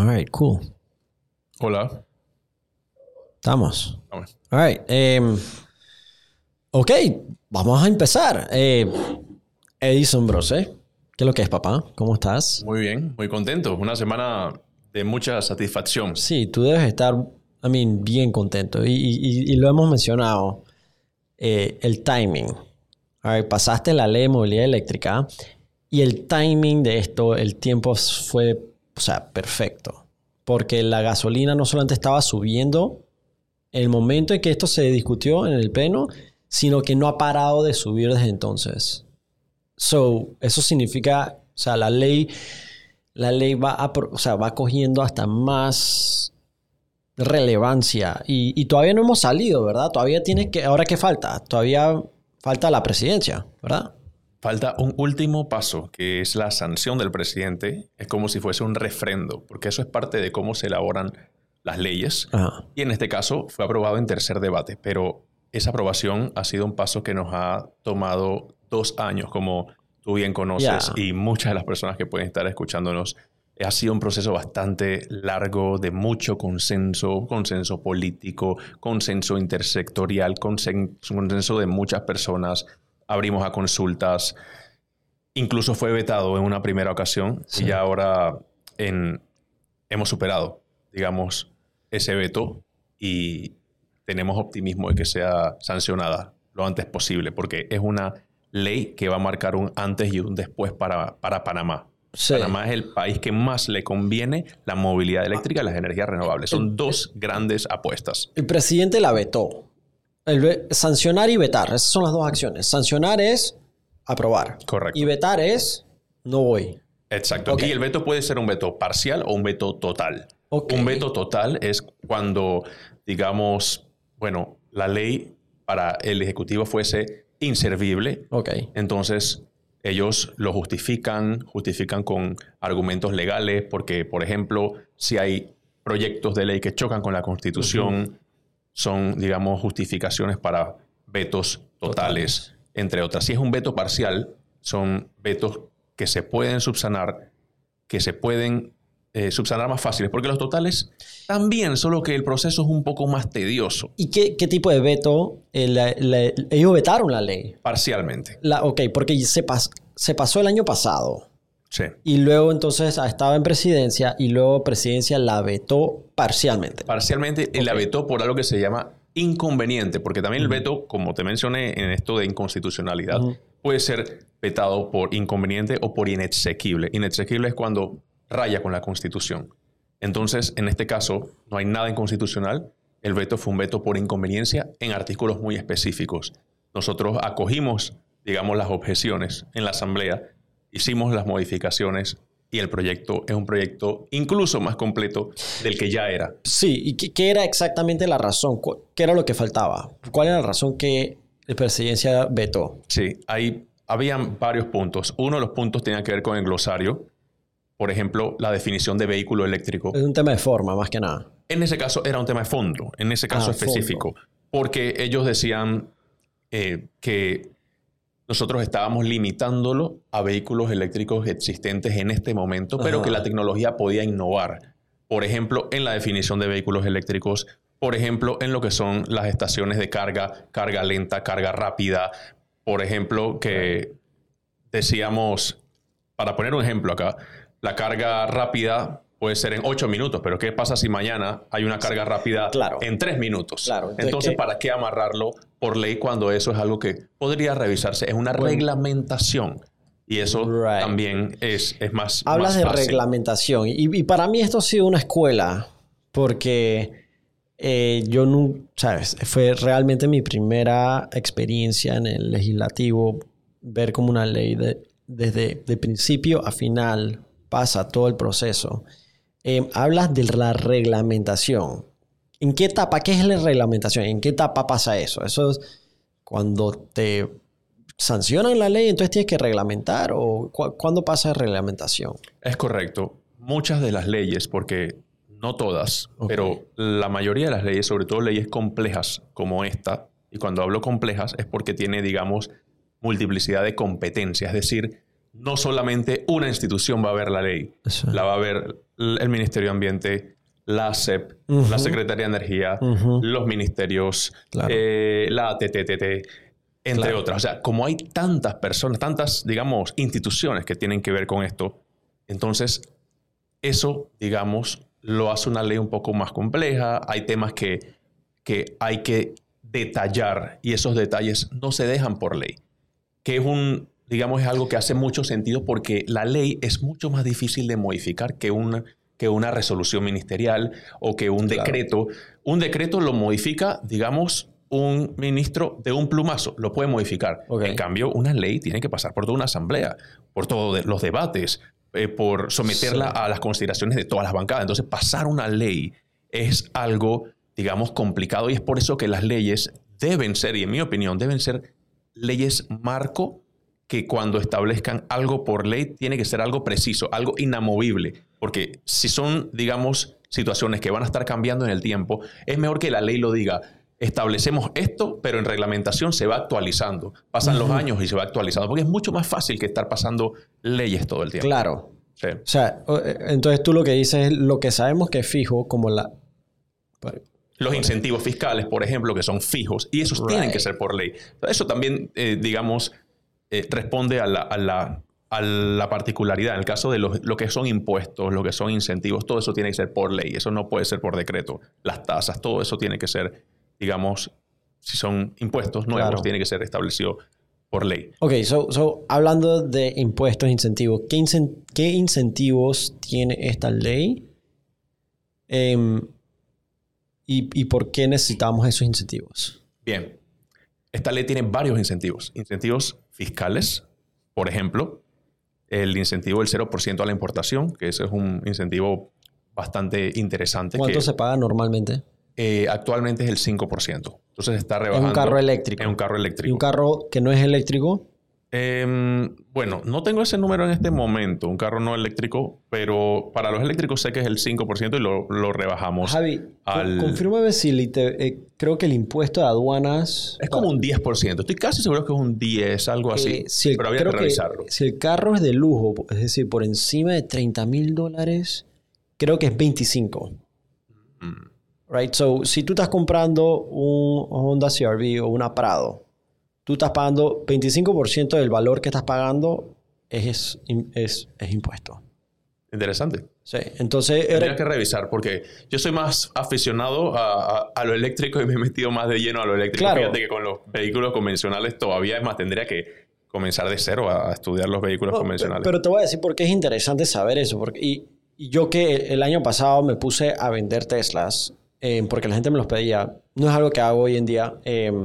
All right, cool. Hola. Estamos. Vamos. All right. Ok, vamos a empezar. Edison Brose, ¿qué es lo que es, papá? ¿Cómo estás? Muy bien, muy contento. Una semana de mucha satisfacción. Sí, tú debes estar, bien contento. Y lo hemos mencionado. El timing. All right, pasaste la ley de movilidad eléctrica y el timing de esto, el tiempo fue, perfecto. Porque la gasolina no solamente estaba subiendo en el momento en que esto se discutió en el pleno, sino que no ha parado de subir desde entonces. Eso significa, la ley va cogiendo hasta más relevancia y todavía no hemos salido, ¿verdad? Todavía ¿ahora qué falta? Todavía falta la presidencia, ¿verdad? Falta un último paso, que es la sanción del presidente. Es como si fuese un refrendo, porque eso es parte de cómo se elaboran las leyes. Ajá. Y en este caso fue aprobado en tercer debate, pero esa aprobación ha sido un paso que nos ha tomado 2 años, como tú bien conoces, y muchas de las personas que pueden estar escuchándonos. Ha sido un proceso bastante largo, de mucho consenso político, consenso intersectorial, consenso de muchas personas. Abrimos a consultas. Incluso fue vetado en una primera ocasión. Sí. Y ya ahora hemos superado, digamos, ese veto y tenemos optimismo de que sea sancionada lo antes posible, porque es una ley que va a marcar un antes y un después para Panamá. Sí. Panamá es el país que más le conviene la movilidad eléctrica y las energías renovables. Son 2 grandes apuestas. El presidente la vetó. Sancionar y vetar. Esas son las 2 acciones. Sancionar es aprobar. Correcto. Y vetar es no voy. Exacto. Okay. Y el veto puede ser un veto parcial o un veto total. Okay. Un veto total es cuando, digamos, la ley para el Ejecutivo fuese inservible. Okay. Entonces ellos lo justifican con argumentos legales, porque, por ejemplo, si hay proyectos de ley que chocan con la Constitución, son, digamos, justificaciones para vetos totales, entre otras. Si es un veto parcial, son vetos que se pueden subsanar, subsanar más fáciles, porque los totales también, solo que el proceso es un poco más tedioso. ¿Y qué tipo de veto? Ellos vetaron la ley. Parcialmente. Porque se pasó el año pasado. Sí. Y luego entonces estaba en presidencia y luego presidencia la vetó parcialmente. Parcialmente y la vetó por algo que se llama inconveniente, porque también el veto, como te mencioné en esto de inconstitucionalidad, puede ser vetado por inconveniente o por inexequible. Inexequible es cuando raya con la Constitución. Entonces, en este caso, no hay nada inconstitucional. El veto fue un veto por inconveniencia en artículos muy específicos. Nosotros acogimos, digamos, las objeciones en la Asamblea, hicimos las modificaciones y el proyecto es un proyecto incluso más completo del que ya era. Sí, ¿y qué era exactamente la razón? ¿Qué era lo que faltaba? ¿Cuál era la razón que la presidencia vetó? Sí, habían varios puntos. Uno de los puntos tenía que ver con el glosario. Por ejemplo, la definición de vehículo eléctrico. Es un tema de forma, más que nada. En ese caso era un tema de fondo, en ese caso específico. Fondo. Porque ellos decían que nosotros estábamos limitándolo a vehículos eléctricos existentes en este momento, pero que la tecnología podía innovar. Por ejemplo, en la definición de vehículos eléctricos, por ejemplo, en lo que son las estaciones de carga lenta, carga rápida. Por ejemplo, que decíamos, para poner un ejemplo acá, la carga rápida puede ser en 8 minutos, pero ¿qué pasa si mañana hay una carga rápida en 3 minutos? Claro. Entonces, ¿para qué amarrarlo por ley cuando eso es algo que podría revisarse? Es una reglamentación. Y eso también es más fácil. Hablas de reglamentación. Y para mí esto ha sido una escuela, porque yo no, ¿sabes? Fue realmente mi primera experiencia en el legislativo, ver como una ley desde de principio a final pasa todo el proceso. Hablas de la reglamentación. ¿En qué etapa? ¿Qué es la reglamentación? ¿En qué etapa pasa eso? ¿Eso es cuando te sancionan la ley, entonces tienes que reglamentar? ¿O cuándo pasa la reglamentación? Es correcto. Muchas de las leyes, porque no todas, pero la mayoría de las leyes, sobre todo leyes complejas como esta, y cuando hablo complejas es porque tiene, digamos, multiplicidad de competencias. Es decir, no solamente una institución va a ver la ley, la va a ver el Ministerio de Ambiente, la ASEP, la Secretaría de Energía, los ministerios, la ATTT, entre otras. O sea, como hay tantas personas, tantas, digamos, instituciones que tienen que ver con esto, entonces eso, digamos, lo hace una ley un poco más compleja. Hay temas que hay que detallar y esos detalles no se dejan por ley. Que es algo que hace mucho sentido porque la ley es mucho más difícil de modificar que una resolución ministerial o que un decreto. Un decreto lo modifica, digamos, un ministro de un plumazo. Lo puede modificar. En cambio, una ley tiene que pasar por toda una asamblea, por todos los debates, por someterla a las consideraciones de todas las bancadas. Entonces, pasar una ley es algo, digamos, complicado y es por eso que las leyes deben ser, y en mi opinión, deben ser leyes marco, que cuando establezcan algo por ley tiene que ser algo preciso, algo inamovible. Porque si son, digamos, situaciones que van a estar cambiando en el tiempo, es mejor que la ley lo diga. Establecemos esto, pero en reglamentación se va actualizando. Pasan los años y se va actualizando. Porque es mucho más fácil que estar pasando leyes todo el tiempo. Claro. Sí. O sea, entonces tú lo que dices es lo que sabemos que es fijo, como los incentivos fiscales, por ejemplo, que son fijos. Y esos tienen que ser por ley. Eso también, digamos, responde a la particularidad. En el caso de lo que son impuestos, lo que son incentivos, todo eso tiene que ser por ley. Eso no puede ser por decreto. Las tasas, todo eso tiene que ser, digamos, si son impuestos nuevos, tiene que ser establecido por ley. Ok, hablando de impuestos, incentivos, ¿qué incentivos tiene esta ley? ¿Y por qué necesitamos esos incentivos? Bien. Esta ley tiene varios incentivos. Incentivos fiscales, por ejemplo, el incentivo del 0% a la importación, que ese es un incentivo bastante interesante. ¿Cuánto se paga normalmente? Actualmente es el 5%. Entonces está rebajando. ¿En un carro eléctrico? En un carro eléctrico. ¿Y un carro que no es eléctrico? Bueno, no tengo ese número en este momento, un carro no eléctrico, pero para los eléctricos sé que es el 5% y lo rebajamos. Javi, confírmame si creo que el impuesto de aduanas... Es como un 10%. Estoy casi seguro que es un 10, algo así. Pero habría que revisarlo. Si el carro es de lujo, es decir, por encima de $30,000, creo que es 25. Right? So, si tú estás comprando un Honda CR-V o una Prado, tú estás pagando 25% del valor que estás pagando es impuesto. Interesante. Sí, entonces... Tendría que revisar porque yo soy más aficionado a lo eléctrico y me he metido más de lleno a lo eléctrico. Claro. Fíjate que con los vehículos convencionales todavía es más, tendría que comenzar de cero a estudiar los vehículos convencionales. Pero te voy a decir por qué es interesante saber eso. Y yo que el año pasado me puse a vender Teslas porque la gente me los pedía. No es algo que hago hoy en día.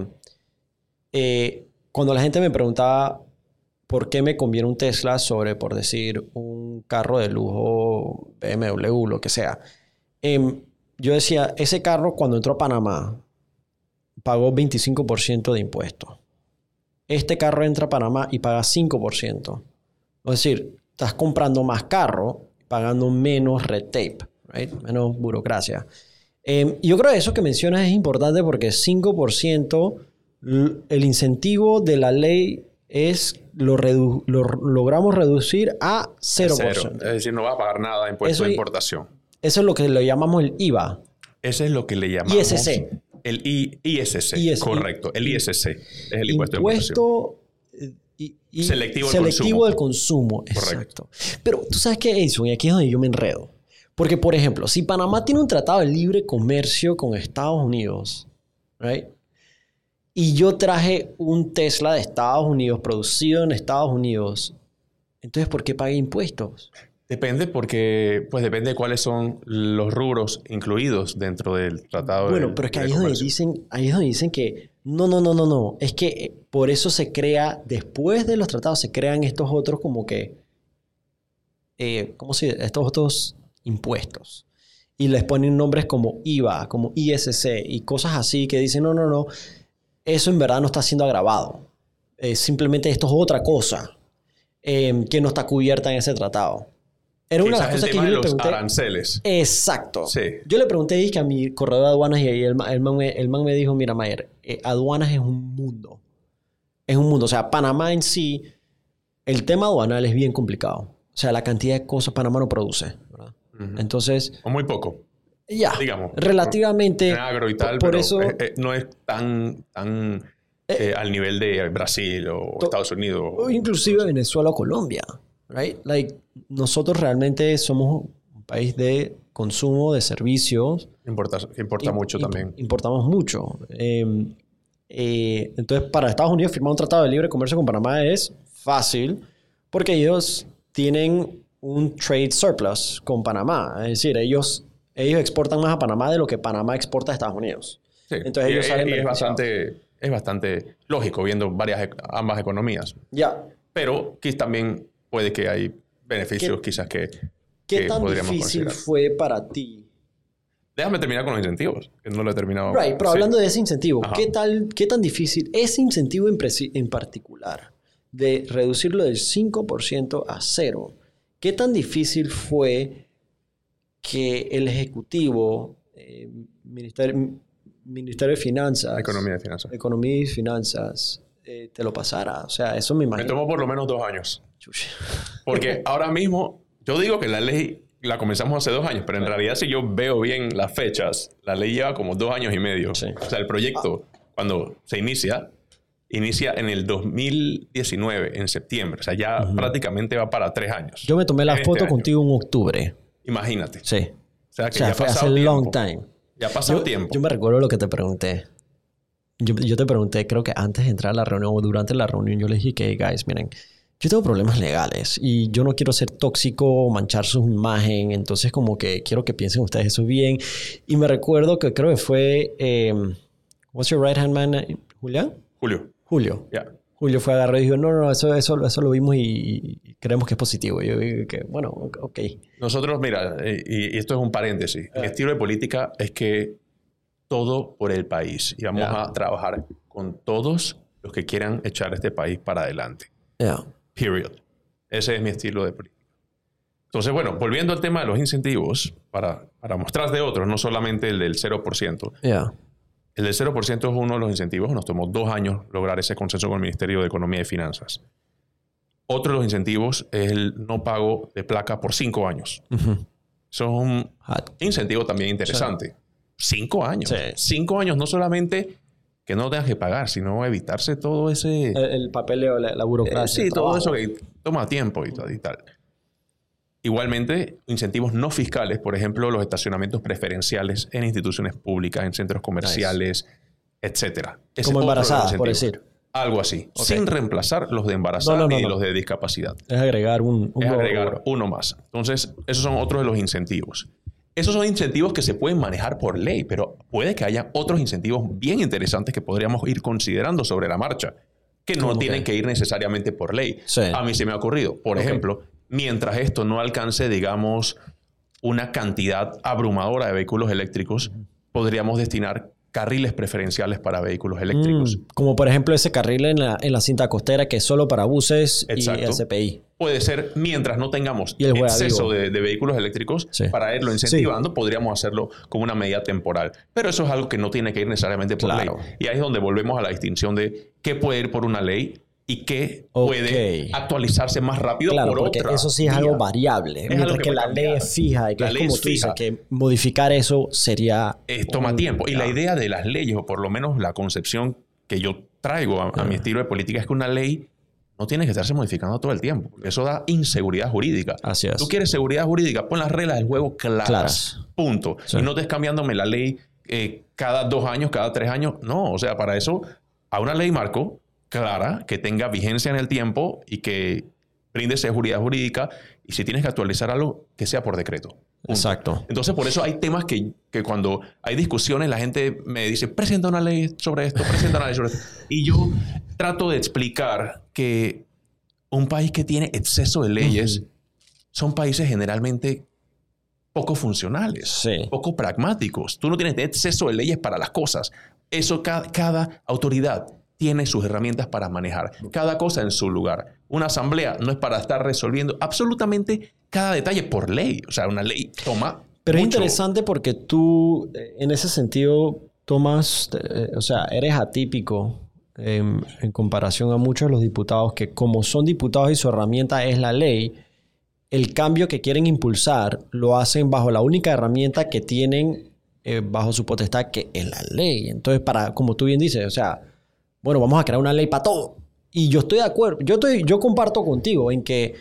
Cuando la gente me preguntaba por qué me conviene un Tesla sobre, por decir, un carro de lujo, BMW, lo que sea, yo decía, ese carro cuando entró a Panamá pagó 25% de impuestos. Este carro entra a Panamá y paga 5%. Es decir, estás comprando más carro pagando menos red tape, right? Menos burocracia. Yo creo que eso que mencionas es importante porque 5%, el incentivo de la ley es lo logramos reducir a 0%. Cero. Es decir, no va a pagar nada de impuesto de importación. Eso es lo que le llamamos el IVA. Ese es lo que le llamamos... ISC. El ISC, correcto. El ISC es el impuesto de importación. Selectivo del consumo. Exacto. Pero tú sabes qué, Edison, y aquí es donde yo me enredo. Porque, por ejemplo, si Panamá tiene un tratado de libre comercio con Estados Unidos, right? Y yo traje un Tesla de Estados Unidos, producido en Estados Unidos, entonces, ¿por qué pagué impuestos? Depende depende de cuáles son los rubros incluidos dentro del tratado. Bueno, pero es que ahí es donde dicen que no. Es que por eso se crea, después de los tratados, se crean estos otros como que, estos otros impuestos. Y les ponen nombres como IVA, como ISC y cosas así que dicen, no. Eso en verdad no está siendo agravado. Simplemente esto es otra cosa que no está cubierta en ese tratado. Era una de las cosas que yo le pregunté. Los aranceles. Exacto. Sí. Yo le pregunté a mi corredor de aduanas y el man me dijo, mira, Mayer, aduanas es un mundo. Es un mundo. O sea, Panamá en sí el tema aduanal es bien complicado. O sea, la cantidad de cosas Panamá no produce, ¿verdad? Entonces... O muy poco. Ya, digamos. Relativamente... En agro y tal, por pero eso, no es tan al nivel de Brasil o Estados Unidos. O inclusive Venezuela o Colombia, right? Like, nosotros realmente somos un país de consumo de servicios. Importa mucho también. Importamos mucho. Entonces, para Estados Unidos firmar un tratado de libre comercio con Panamá es fácil porque ellos tienen un trade surplus con Panamá. Es decir, ellos exportan más a Panamá de lo que Panamá exporta a Estados Unidos. Sí. Entonces ellos salen es bastante lógico viendo ambas economías. Ya. Pero aquí también puede que hay beneficios quizás que tan podríamos difícil considerar. fue para ti? Déjame terminar con los incentivos, que no lo he terminado. Right, pero hablando de ese incentivo, Ajá. ¿qué tan difícil ese incentivo en particular de reducirlo del 5% a 0? ¿Qué tan difícil fue que el Ejecutivo, Ministerio de Finanzas, Economía y Finanzas, te lo pasara? O sea, eso me imagino. Me tomó por lo menos 2 años. Porque ahora mismo, yo digo que la ley la comenzamos hace 2 años, pero en realidad si yo veo bien las fechas, la ley lleva como 2 años y medio. Sí. O sea, el proyecto, cuando se inicia en el 2019, en septiembre. O sea, ya prácticamente va para 3 años. Yo me tomé la foto contigo en octubre. Imagínate. Sí. O sea, que ya fue ha pasado hace tiempo. long time. Ya ha pasado tiempo. Yo me recuerdo lo que te pregunté. Yo te pregunté, creo que antes de entrar a la reunión o durante la reunión, yo les dije que, guys, miren, yo tengo problemas legales y yo no quiero ser tóxico o manchar su imagen, entonces como que quiero que piensen ustedes eso bien. Y me recuerdo que creo que fue... what's your right hand man? ¿Julián? Julio. Yeah. Julio fue agarrado y dijo, no, eso lo vimos y creemos que es positivo. Y yo dije que, bueno, ok. Nosotros, mira, y esto es un paréntesis. Mi estilo de política es que todo por el país. Y vamos a trabajar con todos los que quieran echar este país para adelante. Period. Ese es mi estilo de política. Entonces, bueno, volviendo al tema de los incentivos, para mostrar de otros, no solamente el del 0%. El del 0% es uno de los incentivos. Nos tomó 2 años lograr ese consenso con el Ministerio de Economía y Finanzas. Otro de los incentivos es el no pago de placa por 5 años. Eso es un incentivo también interesante. 5 años. 5 años, no solamente que no tengas que pagar, sino evitarse todo ese... El papeleo, la burocracia. Sí, todo eso que toma tiempo y tal. Igualmente, incentivos no fiscales, por ejemplo, los estacionamientos preferenciales en instituciones públicas, en centros comerciales, etcétera. Como embarazadas, por decir. Algo así. Sin reemplazar los de embarazadas ni los de discapacidad. Es agregar uno más. Entonces, esos son otros de los incentivos. Esos son incentivos que se pueden manejar por ley, pero puede que haya otros incentivos bien interesantes que podríamos ir considerando sobre la marcha, que no tienen que ir necesariamente por ley. Sí. A mí se me ha ocurrido. Por ejemplo, mientras esto no alcance, digamos, una cantidad abrumadora de vehículos eléctricos, podríamos destinar carriles preferenciales para vehículos eléctricos. Como por ejemplo ese carril en la cinta costera que es solo para buses. Exacto. Y SPI. Puede ser, mientras no tengamos exceso de vehículos eléctricos, para irlo incentivando, podríamos hacerlo como una medida temporal. Pero eso es algo que no tiene que ir necesariamente por ley. Y ahí es donde volvemos a la distinción de qué puede ir por una ley y qué puede actualizarse más rápido por porque otra. Eso sí es algo variable. Mientras que la ley es fija y que es como tú dices, que modificar eso sería... Toma tiempo. Y la idea de las leyes, o por lo menos la concepción que yo traigo a mi estilo de política, es que una ley no tiene que estarse modificando todo el tiempo. Eso da inseguridad jurídica. Así es. Tú quieres seguridad jurídica, pon las reglas del juego claras. Punto. Sí. Y no estés cambiándome la ley cada 2 años, cada 3 años. No, o sea, para eso, a una ley marco clara, que tenga vigencia en el tiempo y que brinde seguridad jurídica. Y si tienes que actualizar algo, que sea por decreto. Punto. Exacto. Entonces, por eso hay temas que cuando hay discusiones, la gente me dice, presenta una ley sobre esto, presenta una ley sobre esto. Y yo trato de explicar que un país que tiene exceso de leyes son países generalmente poco funcionales, poco pragmáticos. Tú no tienes exceso de leyes para las cosas. Eso cada autoridad tiene sus herramientas para manejar. Cada cosa en su lugar. Una asamblea no es para estar resolviendo absolutamente cada detalle por ley. O sea, una ley toma Pero mucho. Es interesante porque tú, en ese sentido, tomas... o sea, eres atípico en comparación a muchos de los diputados que como son diputados y su herramienta es la ley, el cambio que quieren impulsar lo hacen bajo la única herramienta que tienen bajo su potestad, que es la ley. Entonces, como tú bien dices, o sea, bueno, vamos a crear una ley para todo. Y yo estoy de acuerdo, yo comparto contigo en que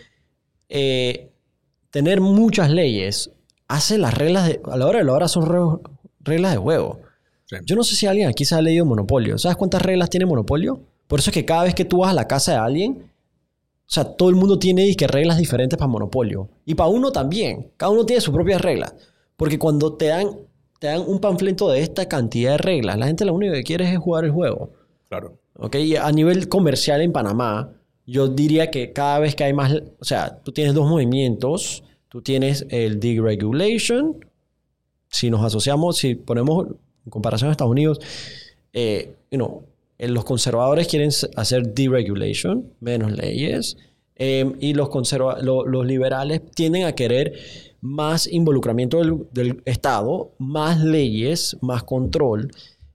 tener muchas leyes hace las reglas, a la hora de la hora son reglas de juego. Sí. Yo no sé si alguien aquí se ha leído Monopolio. ¿Sabes cuántas reglas tiene Monopolio? Por eso es que cada vez que tú vas a la casa de alguien, o sea, todo el mundo tiene reglas diferentes para Monopolio. Y para uno también. Cada uno tiene sus propias reglas. Porque cuando te dan un panfleto de esta cantidad de reglas, la gente lo único que quiere es jugar el juego. Claro. ¿Okay? Y a nivel comercial en Panamá, yo diría que cada vez que hay más... O sea, tú tienes dos movimientos. Tú tienes el deregulation. Si nos asociamos, si ponemos en comparación a Estados Unidos, los conservadores quieren hacer deregulation, menos leyes, y los liberales tienden a querer más involucramiento del Estado, más leyes, más control.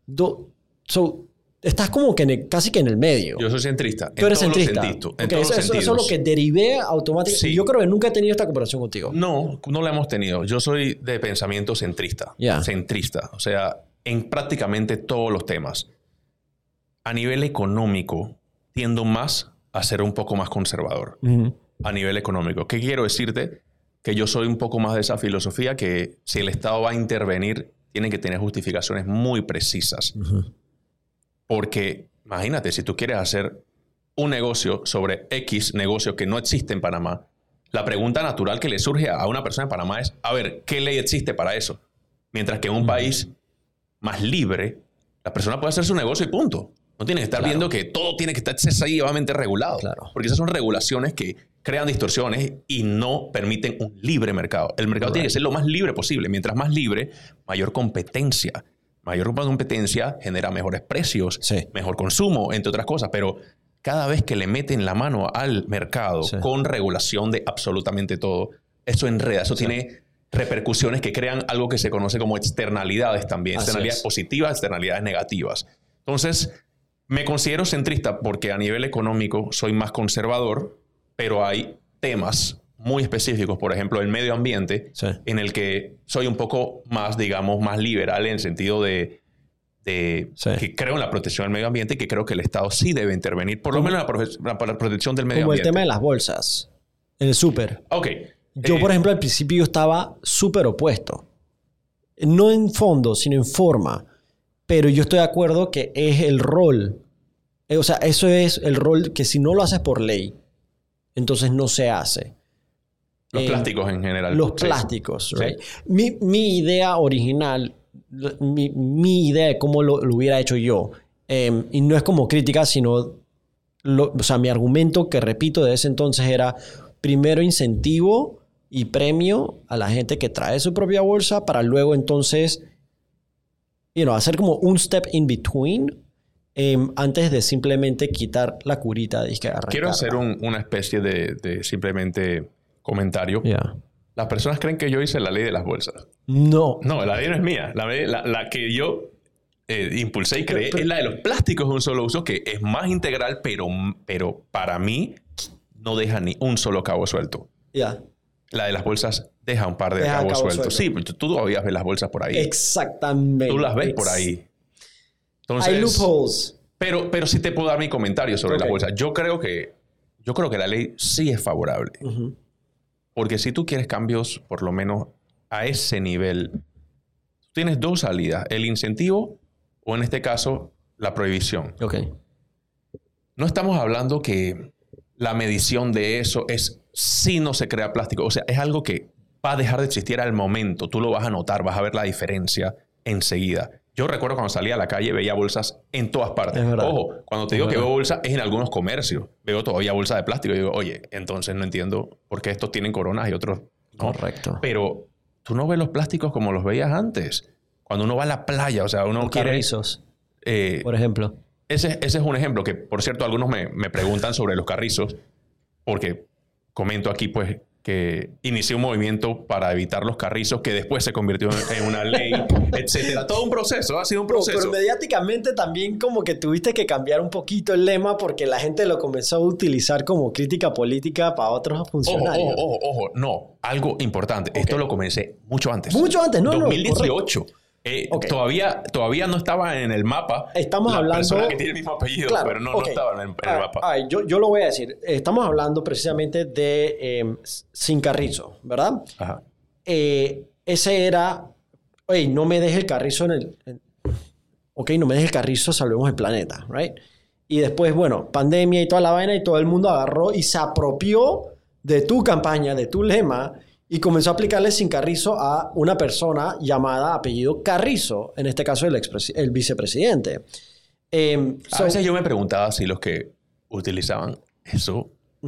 Estás como que casi que en el medio. Yo soy centrista. Tú eres centrista. Eso es lo que derivé automáticamente. Sí. Yo creo que nunca he tenido esta comparación contigo. No la hemos tenido. Yo soy de pensamiento centrista. Yeah. Centrista. O sea, en prácticamente todos los temas. A nivel económico, tiendo más a ser un poco más conservador. Uh-huh. A nivel económico. ¿Qué quiero decirte? Que yo soy un poco más de esa filosofía que si el Estado va a intervenir, tiene que tener justificaciones muy precisas. Uh-huh. Porque, imagínate, si tú quieres hacer un negocio sobre X negocio que no existe en Panamá, la pregunta natural que le surge a una persona en Panamá es, a ver, ¿qué ley existe para eso? Mientras que en un país más libre, la persona puede hacer su negocio y punto. No tiene que estar viendo que todo tiene que estar excesivamente regulado. Claro. Porque esas son regulaciones que crean distorsiones y no permiten un libre mercado. El mercado tiene que ser lo más libre posible. Mientras más libre, mayor competencia. Mayor competencia genera mejores precios, mejor consumo, entre otras cosas. Pero cada vez que le meten la mano al mercado con regulación de absolutamente todo, eso enreda. Eso tiene repercusiones que crean algo que se conoce como externalidades también. Externalidades positivas, externalidades negativas. Entonces, me considero centrista porque a nivel económico soy más conservador, pero hay temas muy específicos, por ejemplo, el medio ambiente, en el que soy un poco más, digamos, más liberal en el sentido de que creo en la protección del medio ambiente y que creo que el Estado sí debe intervenir, por lo menos en la protección del medio ambiente. Como el tema de las bolsas, en el súper. Ok. Yo, por ejemplo, al principio yo estaba súper opuesto. No en fondo, sino en forma. Pero yo estoy de acuerdo que es el rol. O sea, eso es el rol que si no lo haces por ley, entonces no se hace. Los plásticos en general. Los plásticos, right? Mi idea original, mi idea de cómo lo hubiera hecho yo, y no es como crítica, sino, o sea, mi argumento que repito de ese entonces era, primero incentivo y premio a la gente que trae su propia bolsa para luego entonces, hacer como un step in between antes de simplemente quitar la curita de arrancarla. Quiero hacer una especie de simplemente comentario. Yeah. Las personas creen que yo hice la ley de las bolsas. No. No, la ley no es mía. La que yo impulsé y creé es la de los plásticos de un solo uso, que es más integral, pero para mí no deja ni un solo cabo suelto. Yeah. La de las bolsas deja un par de cabos sueltos. Sí, tú todavía ves las bolsas por ahí. Exactamente. Tú las ves por ahí. Entonces, hay loopholes. Pero sí te puedo dar mi comentario sobre las bolsas. Yo creo que la ley sí es favorable. Uh-huh. Porque si tú quieres cambios, por lo menos a ese nivel, tienes dos salidas. El incentivo o, en este caso, la prohibición. Okay. No estamos hablando que la medición de eso es si no se crea plástico. O sea, es algo que va a dejar de existir al momento. Tú lo vas a notar, vas a ver la diferencia enseguida. Yo recuerdo cuando salía a la calle, veía bolsas en todas partes. Ojo, cuando te digo que veo bolsas, es en algunos comercios. Veo todavía bolsas de plástico y digo, oye, entonces no entiendo por qué estos tienen coronas y otros no. Correcto. Pero tú no ves los plásticos como los veías antes. Cuando uno va a la playa, o sea, uno quiere... carrizos, por ejemplo. Ese es un ejemplo que, por cierto, algunos me preguntan sobre los carrizos, porque comento aquí, pues, inició un movimiento para evitar los carrizos que después se convirtió en una ley, etcétera. Todo un proceso, ha sido un proceso. Pero mediáticamente también como que tuviste que cambiar un poquito el lema porque la gente lo comenzó a utilizar como crítica política para otros funcionarios. Ojo, no, algo importante. Okay. Esto lo comencé mucho antes. Mucho antes, no, 2018. Okay. Todavía no estaba en el mapa. Estamos hablando... persona que tiene el mismo apellido, claro, pero no estaba en el mapa. Yo lo voy a decir. Estamos hablando precisamente de Sin Carrizo, ¿verdad? Ajá. Ese era... Oye, no me dejes el carrizo no me dejes el carrizo, salvemos el planeta, ¿right? Y después, bueno, pandemia y toda la vaina y todo el mundo agarró y se apropió de tu campaña, de tu lema... Y comenzó a aplicarle Sin Carrizo a una persona llamada apellido Carrizo, en este caso el vicepresidente. A veces yo me preguntaba si los que utilizaban eso,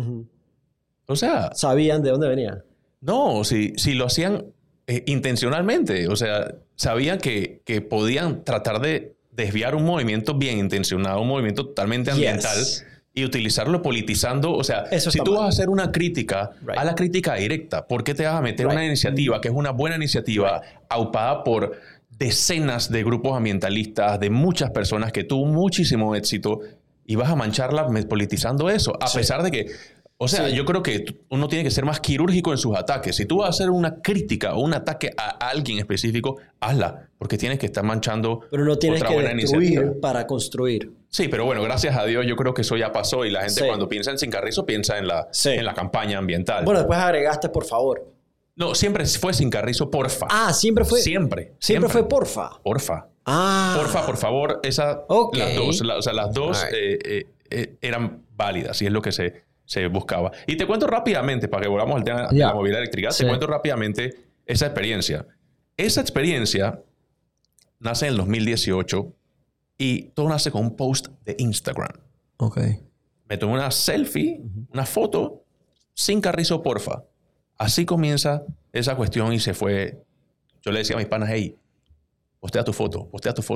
o sea... ¿Sabían de dónde venía? No, si lo hacían intencionalmente. O sea, sabían que podían tratar de desviar un movimiento bien intencionado, un movimiento totalmente ambiental... Yes. Y utilizarlo politizando. O sea, si tú vas a hacer una crítica, a la crítica directa. ¿Por qué te vas a meter una iniciativa que es una buena iniciativa aupada por decenas de grupos ambientalistas, de muchas personas que tuvo muchísimo éxito y vas a mancharla politizando eso? A pesar de que... O sea, yo creo que uno tiene que ser más quirúrgico en sus ataques. Si tú vas a hacer una crítica o un ataque a alguien específico, hazla. Porque tienes que estar manchando pero no tienes otra que buena destruir iniciativa. Para construir. Sí, pero bueno, gracias a Dios yo creo que eso ya pasó y la gente cuando piensa en Sin Carrizo piensa en la campaña ambiental. Bueno, después agregaste por favor. No, siempre fue Sin Carrizo, porfa. Ah, siempre fue. Siempre Fue porfa. Porfa. Ah. Porfa, por favor. Las dos eran válidas y es lo que se buscaba. Y te cuento rápidamente, para que volvamos al tema de la movilidad eléctrica, te cuento rápidamente esa experiencia. Esa experiencia nace en el 2018 y todo nace con un post de Instagram. Ok. Me tomé una selfie, una foto, Sin Carrizo, porfa. Así comienza esa cuestión y se fue. Yo le decía a mis panas, hey, postea tu foto.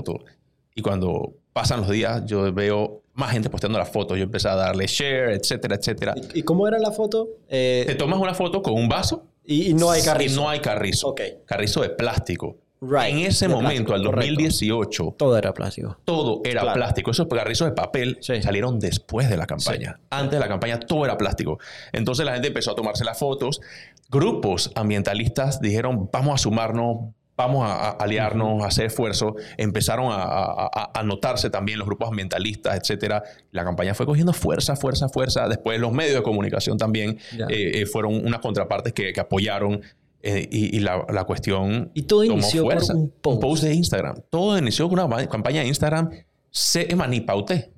Y cuando pasan los días, yo veo más gente posteando las fotos. Yo empecé a darle share, etcétera, etcétera. ¿Y cómo era la foto? Te tomas una foto con un vaso. Y no hay carrizo. Y no hay carrizo. Okay. Carrizo de plástico. Right. En ese momento, al 2018... Todo era plástico. Todo era plástico. Esos carrizos de papel salieron después de la campaña. Sí. Antes de la campaña, todo era plástico. Entonces la gente empezó a tomarse las fotos. Grupos ambientalistas dijeron, vamos a sumarnos, vamos a aliarnos, a hacer esfuerzo. Empezaron a notarse también los grupos ambientalistas, etcétera. La campaña fue cogiendo fuerza. Después los medios de comunicación también fueron unas contrapartes que apoyaron. Y la cuestión y todo inició tomó fuerza. Por un post de Instagram. Todo inició con una campaña de Instagram. Se manipauté.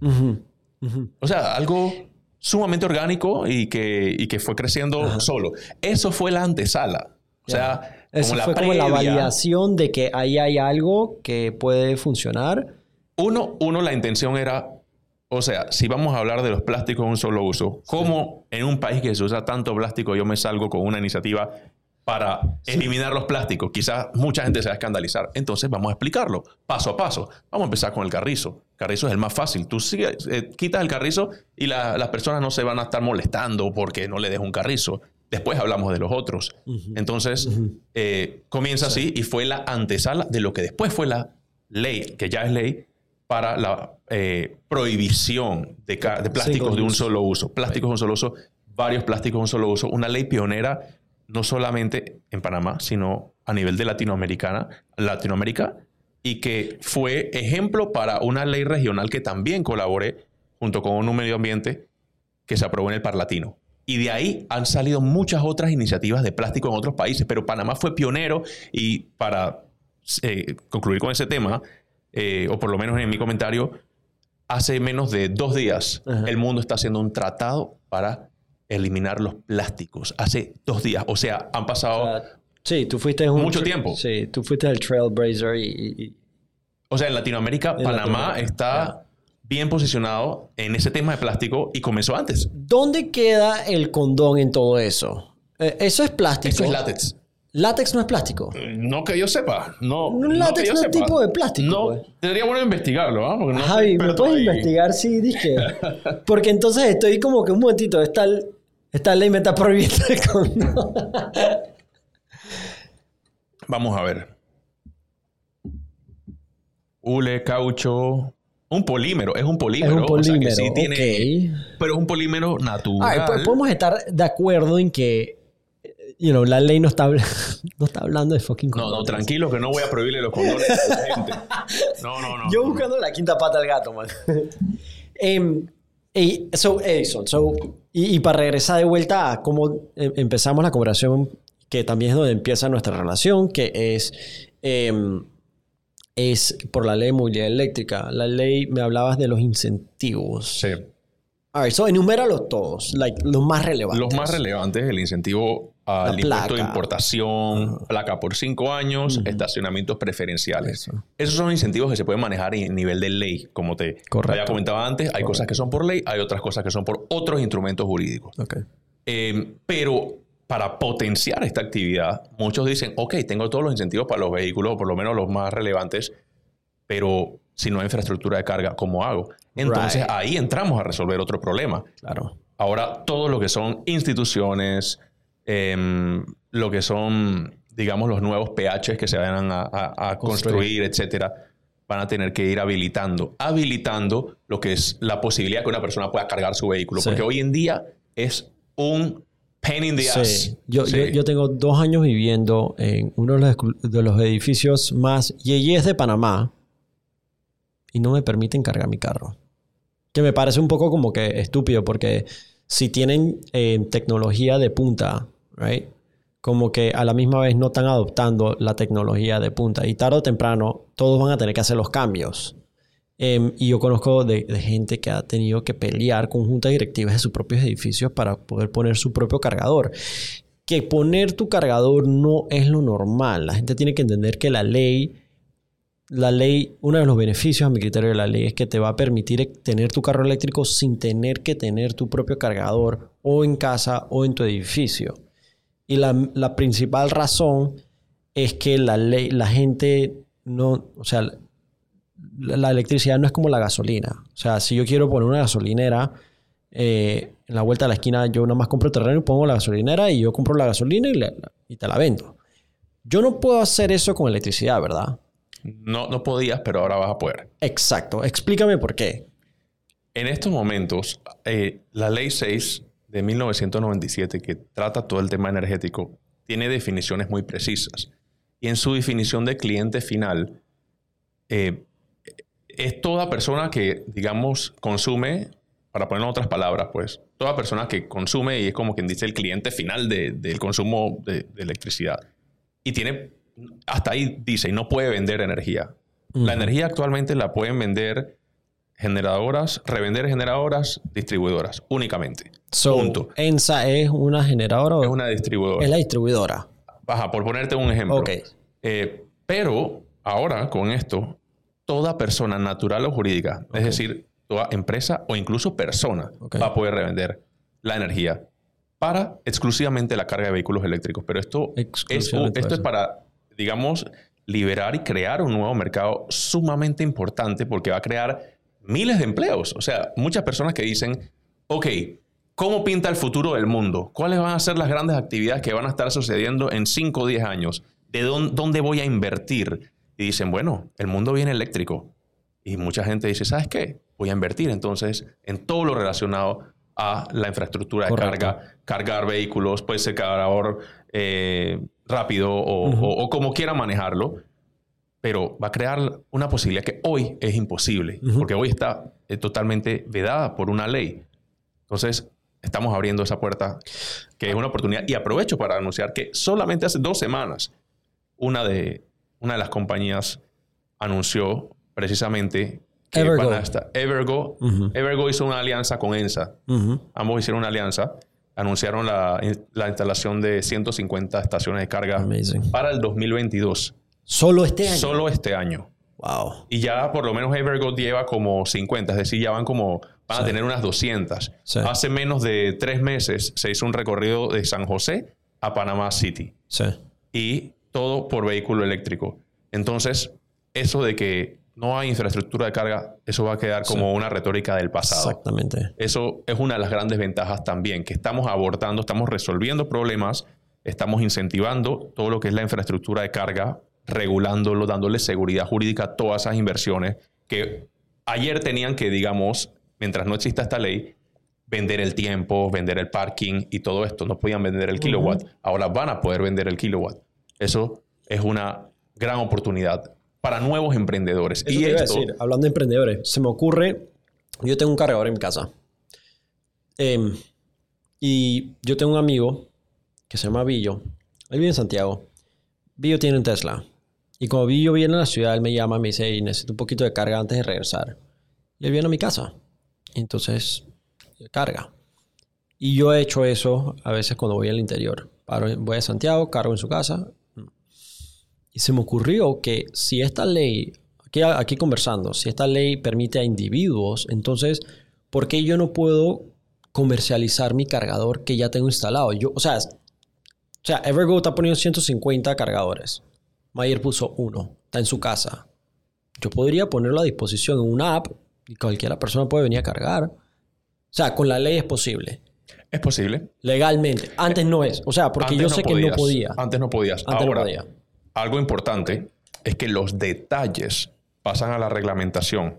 O sea, algo sumamente orgánico y que fue creciendo solo. Eso fue la antesala. O sea, eso fue como la validación de que ahí hay algo que puede funcionar. Uno, la intención era, o sea, si vamos a hablar de los plásticos en un solo uso, ¿cómo en un país que se usa tanto plástico yo me salgo con una iniciativa para eliminar los plásticos? Quizás mucha gente se va a escandalizar. Entonces vamos a explicarlo paso a paso. Vamos a empezar con el carrizo. El carrizo es el más fácil. Tú quitas el carrizo y las personas no se van a estar molestando porque no le des un carrizo. Después hablamos de los otros. Entonces comienza así y fue la antesala de lo que después fue la ley, que ya es ley, para la prohibición de plásticos de un solo uso. Plásticos de un solo uso, varios plásticos de un solo uso. Una ley pionera no solamente en Panamá, sino a nivel de Latinoamérica, y que fue ejemplo para una ley regional que también colaboré junto con un medio ambiente que se aprobó en el Parlatino. Y de ahí han salido muchas otras iniciativas de plástico en otros países, pero Panamá fue pionero y para concluir con ese tema, o por lo menos en mi comentario, hace menos de 2 días el mundo está haciendo un tratado para eliminar los plásticos. Hace 2 días. O sea, han pasado sí, tú fuiste mucho tiempo. Sí, tú fuiste el trailblazer O sea, en Latinoamérica, Panamá está bien posicionado en ese tema de plástico y comenzó antes. ¿Dónde queda el condón en todo eso? Eso es plástico. Eso es látex. ¿Látex no es plástico? No que yo sepa. Látex no es tipo de plástico. No, pues. Tendría bueno investigarlo, ¿ah? Porque no Javi, ¿me puedes investigar? Sí, dije. Porque entonces estoy como que un momentito, está Esta ley me está prohibiendo el condón. Vamos a ver. Hule, caucho... Un polímero. Es un polímero. Es un polímero, o sea que sí tiene, pero es un polímero natural. Pues podemos estar de acuerdo en que la ley no está hablando de fucking condones. No, tranquilo que no voy a prohibirle los condones a la gente. No. Yo buscando la quinta pata al gato, man. Edison, y para regresar de vuelta a cómo empezamos la conversación, que también es donde empieza nuestra relación, que es por la ley de movilidad eléctrica. La ley, me hablabas de los incentivos. Sí. Alright, enuméralos todos, los más relevantes. Los más relevantes, el incentivo al impuesto de importación, placa por 5 años, estacionamientos preferenciales. Esos son incentivos que se pueden manejar en nivel de ley, como te había comentado antes. Hay cosas que son por ley, hay otras cosas que son por otros instrumentos jurídicos. Okay. Pero para potenciar esta actividad, muchos dicen, ok, tengo todos los incentivos para los vehículos, por lo menos los más relevantes, pero si no hay infraestructura de carga, ¿cómo hago? Entonces ahí entramos a resolver otro problema. Claro. Ahora todo lo que son instituciones, lo que son, digamos, los nuevos PHs que se vayan a construir, etcétera, van a tener que ir habilitando lo que es la posibilidad que una persona pueda cargar su vehículo. Sí. Porque hoy en día es un pain in the ass. Yo tengo 2 años viviendo en uno de los edificios más yeyes de Panamá y no me permiten cargar mi carro. Que me parece un poco como que estúpido porque si tienen tecnología de punta, right? Como que a la misma vez no están adoptando la tecnología de punta y tarde o temprano todos van a tener que hacer los cambios. Y yo conozco de gente que ha tenido que pelear con juntas directivas de sus propios edificios para poder poner su propio cargador. Que poner tu cargador no es lo normal. La gente tiene que entender que la ley, uno de los beneficios a mi criterio de la ley es que te va a permitir tener tu carro eléctrico sin tener que tener tu propio cargador o en casa o en tu edificio. Y la principal razón es que la gente no, o sea, la electricidad no es como la gasolina. O sea, si yo quiero poner una gasolinera en la vuelta de la esquina, yo nada más compro terreno y pongo la gasolinera y yo compro la gasolina y te la vendo. Yo no puedo hacer eso con electricidad, ¿verdad? No podías, pero ahora vas a poder. Exacto. Explícame por qué. En estos momentos, la Ley 6 de 1997, que trata todo el tema energético, tiene definiciones muy precisas. Y en su definición de cliente final, es toda persona que, digamos, consume, para ponerlo en otras palabras, pues, toda persona que consume y es como quien dice el cliente final del consumo de electricidad. Y tiene, hasta ahí dice, y no puede vender energía. La energía actualmente la pueden vender generadoras, revender generadoras, distribuidoras, únicamente. Punto. ¿ENSA es una generadora o es una distribuidora? Es la distribuidora. Ajá, por ponerte un ejemplo. Okay. Pero ahora, con esto, toda persona natural o jurídica, es decir, toda empresa o incluso persona, va a poder revender la energía para exclusivamente la carga de vehículos eléctricos. Pero esto es para, digamos, liberar y crear un nuevo mercado sumamente importante porque va a crear miles de empleos. O sea, muchas personas que dicen, ok, ¿cómo pinta el futuro del mundo? ¿Cuáles van a ser las grandes actividades que van a estar sucediendo en 5 o 10 años? ¿De dónde voy a invertir? Y dicen, bueno, el mundo viene eléctrico. Y mucha gente dice, ¿sabes qué? Voy a invertir entonces en todo lo relacionado a la infraestructura de carga, cargar vehículos, puede ser cargador rápido o como quiera manejarlo. Pero va a crear una posibilidad que hoy es imposible, porque hoy está totalmente vedada por una ley. Entonces, estamos abriendo esa puerta, que es una oportunidad. Y aprovecho para anunciar que solamente hace 2 semanas, una de las compañías anunció precisamente que Evergo hizo una alianza con ENSA. Ambos hicieron una alianza. Anunciaron la instalación de 150 estaciones de carga para el 2022. ¿Solo este año? Solo este año. Wow. Y ya por lo menos Evergo lleva como 50, es decir, ya van a tener unas 200. Sí. Hace menos de 3 meses se hizo un recorrido de San José a Panama City. Sí. Y todo por vehículo eléctrico. Entonces, eso de que no hay infraestructura de carga, eso va a quedar como una retórica del pasado. Exactamente. Eso es una de las grandes ventajas también, que estamos abordando, estamos resolviendo problemas, estamos incentivando todo lo que es la infraestructura de carga, regulándolo, dándole seguridad jurídica a todas esas inversiones que ayer tenían que, digamos, mientras no exista esta ley, vender el tiempo, vender el parking y todo esto. No podían vender el kilowatt. Ahora van a poder vender el kilowatt. Eso es una gran oportunidad para nuevos emprendedores. Eso te iba a decir, hablando de emprendedores, se me ocurre, yo tengo un cargador en mi casa. Y yo tengo un amigo que se llama Billo. Él vive en Santiago. Billo tiene un Tesla. Y cuando Billo viene a la ciudad, él me llama, me dice, hey, necesito un poquito de carga antes de regresar. Y él viene a mi casa. Entonces, carga. Y yo he hecho eso a veces cuando voy al interior. Voy a Santiago, cargo en su casa. Y se me ocurrió que si esta ley, aquí conversando, si esta ley permite a individuos, entonces, ¿por qué yo no puedo comercializar mi cargador que ya tengo instalado? O sea, Evergo está poniendo 150 cargadores. Mayer puso 1. Está en su casa. Yo podría ponerlo a disposición en una app y cualquier persona puede venir a cargar. O sea, con la ley es posible. Es posible. Legalmente. Antes no es. O sea, porque yo sé que no podía. Antes no podías. Antes Ahora, no podía. Algo importante es que los detalles pasan a la reglamentación.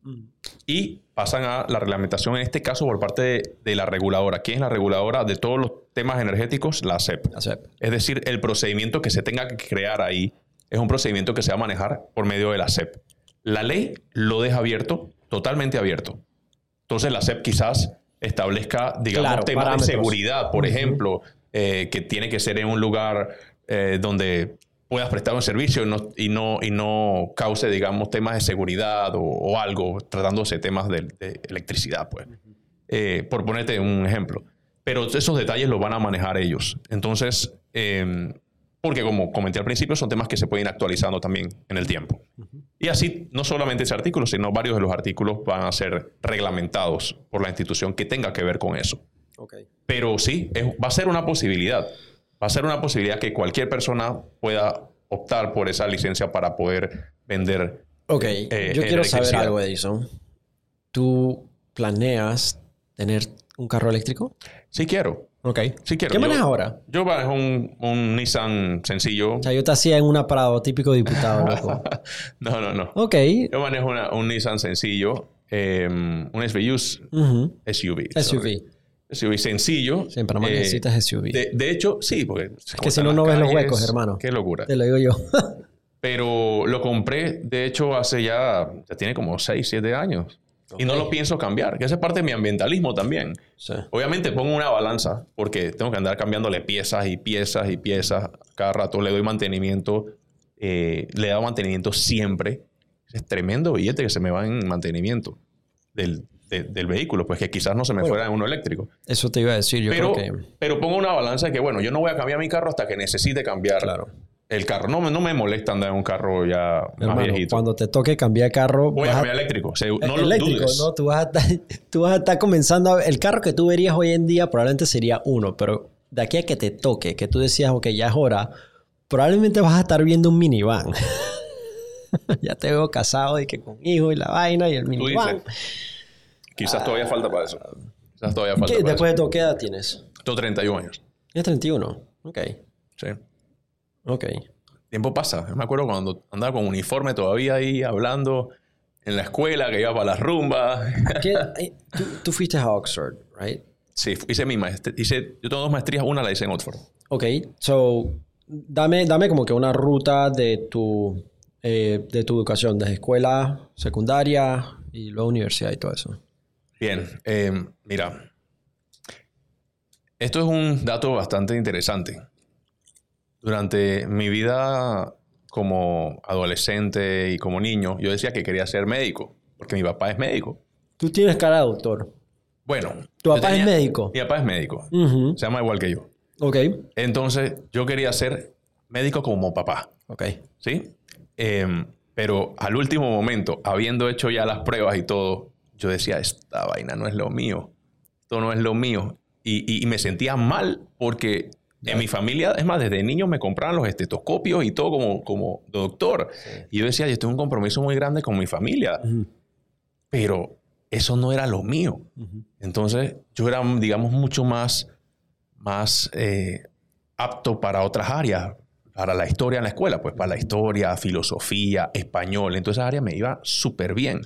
Y pasan a la reglamentación, en este caso, por parte de la reguladora. ¿Quién es la reguladora de todos los temas energéticos? La ASEP. Es decir, el procedimiento que se tenga que crear ahí es un procedimiento que se va a manejar por medio de la ASEP. La ley lo deja abierto, totalmente abierto. Entonces, la ASEP quizás establezca, digamos, temas parámetros de seguridad, por ejemplo, que tiene que ser en un lugar donde puedas prestar un servicio y no cause, digamos, temas de seguridad o algo, tratándose de temas de electricidad, pues. Por ponerte un ejemplo. Pero esos detalles los van a manejar ellos. Entonces, porque como comenté al principio, son temas que se pueden ir actualizando también en el tiempo. Y así, no solamente ese artículo, sino varios de los artículos van a ser reglamentados por la institución que tenga que ver con eso. Okay. Pero sí, va a ser una posibilidad. Va a ser una posibilidad que cualquier persona pueda optar por esa licencia para poder vender. Ok, yo quiero saber algo, Edison. ¿Tú planeas tener un carro eléctrico? Sí quiero. Ok. Sí quiero. ¿Qué manejas ahora? Yo manejo un Nissan sencillo. O sea, yo te hacía en una Prado, típico diputado, loco. No. Ok. Yo manejo un Nissan sencillo, un SUV sencillo. Sí, pero más necesitas SUV. De hecho, sí, porque... Es que si no, no ves los huecos, hermano. Qué locura. Te lo digo yo. Pero lo compré, de hecho, hace ya tiene como 6, 7 años. Okay. Y no lo pienso cambiar, que esa es parte de mi ambientalismo también. Sí. Obviamente pongo una balanza, porque tengo que andar cambiándole piezas. Cada rato le doy mantenimiento. Le he dado mantenimiento siempre. Es tremendo billete que se me va en mantenimiento del vehículo, pues que quizás no se me fuera en uno eléctrico. Eso te iba a decir, pero pongo una balanza de que, bueno, yo no voy a cambiar mi carro hasta que necesite cambiar el carro. No me molesta andar en un carro ya más viejito. Cuando te toque cambiar carro... Voy a cambiar eléctrico. No lo eléctrico, dudes. ¿no? Tú vas a estar comenzando... El carro que tú verías hoy en día probablemente sería uno, pero de aquí a que te toque, que tú decías, ok, ya es hora, probablemente vas a estar viendo un minivan. Ya te veo casado y que con hijo y la vaina y el minivan. Quizás todavía falta para eso. Después de todo, ¿qué edad tienes? Tengo 31 años. ¿Tienes 31? Ok. Sí. Ok. Tiempo pasa. Yo me acuerdo cuando andaba con uniforme todavía ahí hablando en la escuela, que iba para las rumbas. Tú fuiste a Oxford, right? Sí, hice mi maestría. Yo tengo 2 maestrías, una la hice en Oxford. Ok. So, dame como que una ruta de tu educación, desde escuela secundaria y luego universidad y todo eso. Bien, mira, esto es un dato bastante interesante. Durante mi vida como adolescente y como niño, yo decía que quería ser médico, porque mi papá es médico. Tú tienes cara de doctor. Bueno. ¿Tu papá es médico? Mi papá es médico. Uh-huh. Se llama igual que yo. Ok. Entonces, yo quería ser médico como papá. Ok. ¿Sí? Pero al último momento, habiendo hecho ya las pruebas y todo, yo decía, esta vaina no es lo mío. Esto no es lo mío. Y me sentía mal porque En mi familia, es más, desde niño me compraban los estetoscopios y todo como doctor. Sí. Y yo decía, yo tengo un compromiso muy grande con mi familia. Pero eso no era lo mío. Entonces, yo era, digamos, mucho más apto para otras áreas. Para la historia en la escuela, pues para la historia, filosofía, español. En todas esas áreas me iba súper bien.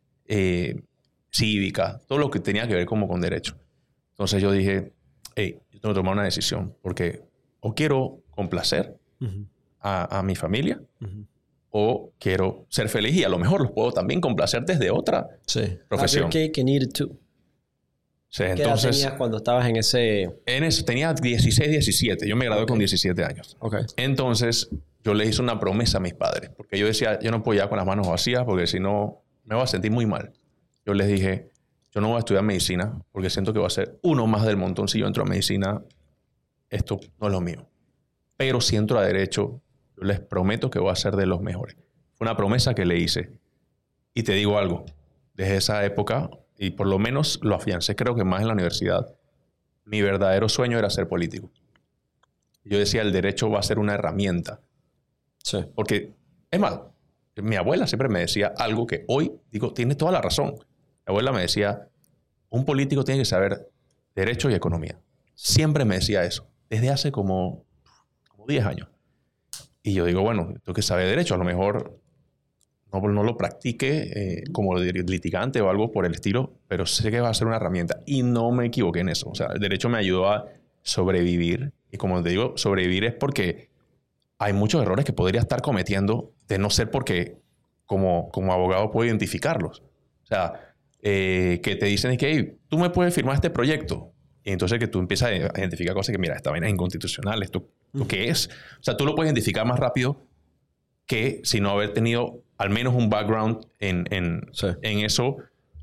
Cívica, todo lo que tenía que ver como con derecho. Entonces yo dije, hey, yo tengo que tomar una decisión porque o quiero complacer a mi familia o quiero ser feliz y a lo mejor los puedo también complacer desde otra profesión. Have your cake and eat it too. Sí, ¿Qué edad tenías cuando estabas en ese...? En eso tenía 16, 17. Yo me gradué con 17 años. Entonces, yo le hice una promesa a mis padres. Porque yo decía, yo no puedo llegar con las manos vacías porque si no, me voy a sentir muy mal. Yo les dije, yo no voy a estudiar medicina porque siento que va a ser uno más del montón. Si yo entro a medicina, esto no es lo mío. Pero si entro a derecho, yo les prometo que voy a ser de los mejores. Fue una promesa que le hice. Y te digo algo. Desde esa época... y por lo menos lo afiancé, creo que más en la universidad, mi verdadero sueño era ser político. Yo decía, el derecho va a ser una herramienta. Sí. Porque, es más, mi abuela siempre me decía algo que hoy, digo, tiene toda la razón. Mi abuela me decía, un político tiene que saber derecho y economía. Siempre me decía eso, desde hace como 10 años. Y yo digo, bueno, tengo que saber derecho, a lo mejor... No lo practique como litigante o algo por el estilo, pero sé que va a ser una herramienta. Y no me equivoqué en eso. O sea, el derecho me ayudó a sobrevivir. Y como te digo, sobrevivir es porque hay muchos errores que podría estar cometiendo de no ser porque como abogado puedo identificarlos. O sea, que te dicen que hey, tú me puedes firmar este proyecto. Y entonces que tú empiezas a identificar cosas que, mira, esta vaina es inconstitucional. ¿Esto qué es? O sea, tú lo puedes identificar más rápido que si no haber tenido al menos un background en eso.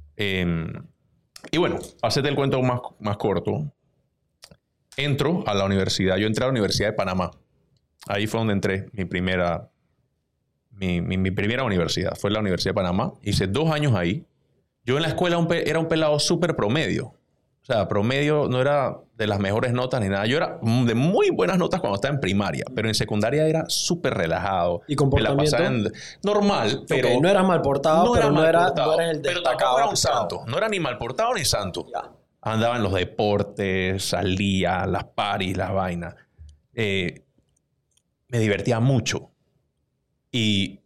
Y bueno, hacete el cuento más corto. Entro a la universidad. Yo entré a la Universidad de Panamá. Ahí fue donde entré mi primera universidad. Fue la Universidad de Panamá. Hice 2 años ahí. Yo en la escuela era un pelado súper promedio. O sea, promedio no era de las mejores notas ni nada. Yo era de muy buenas notas cuando estaba en primaria, pero en secundaria era súper relajado. ¿Y comportamiento? Normal, pero... Okay, no eras mal portado, pero no eras el pero tampoco era un santo. No era ni mal portado ni santo. Ya. Andaba en los deportes, salía, las paris, las vainas. Me divertía mucho. Y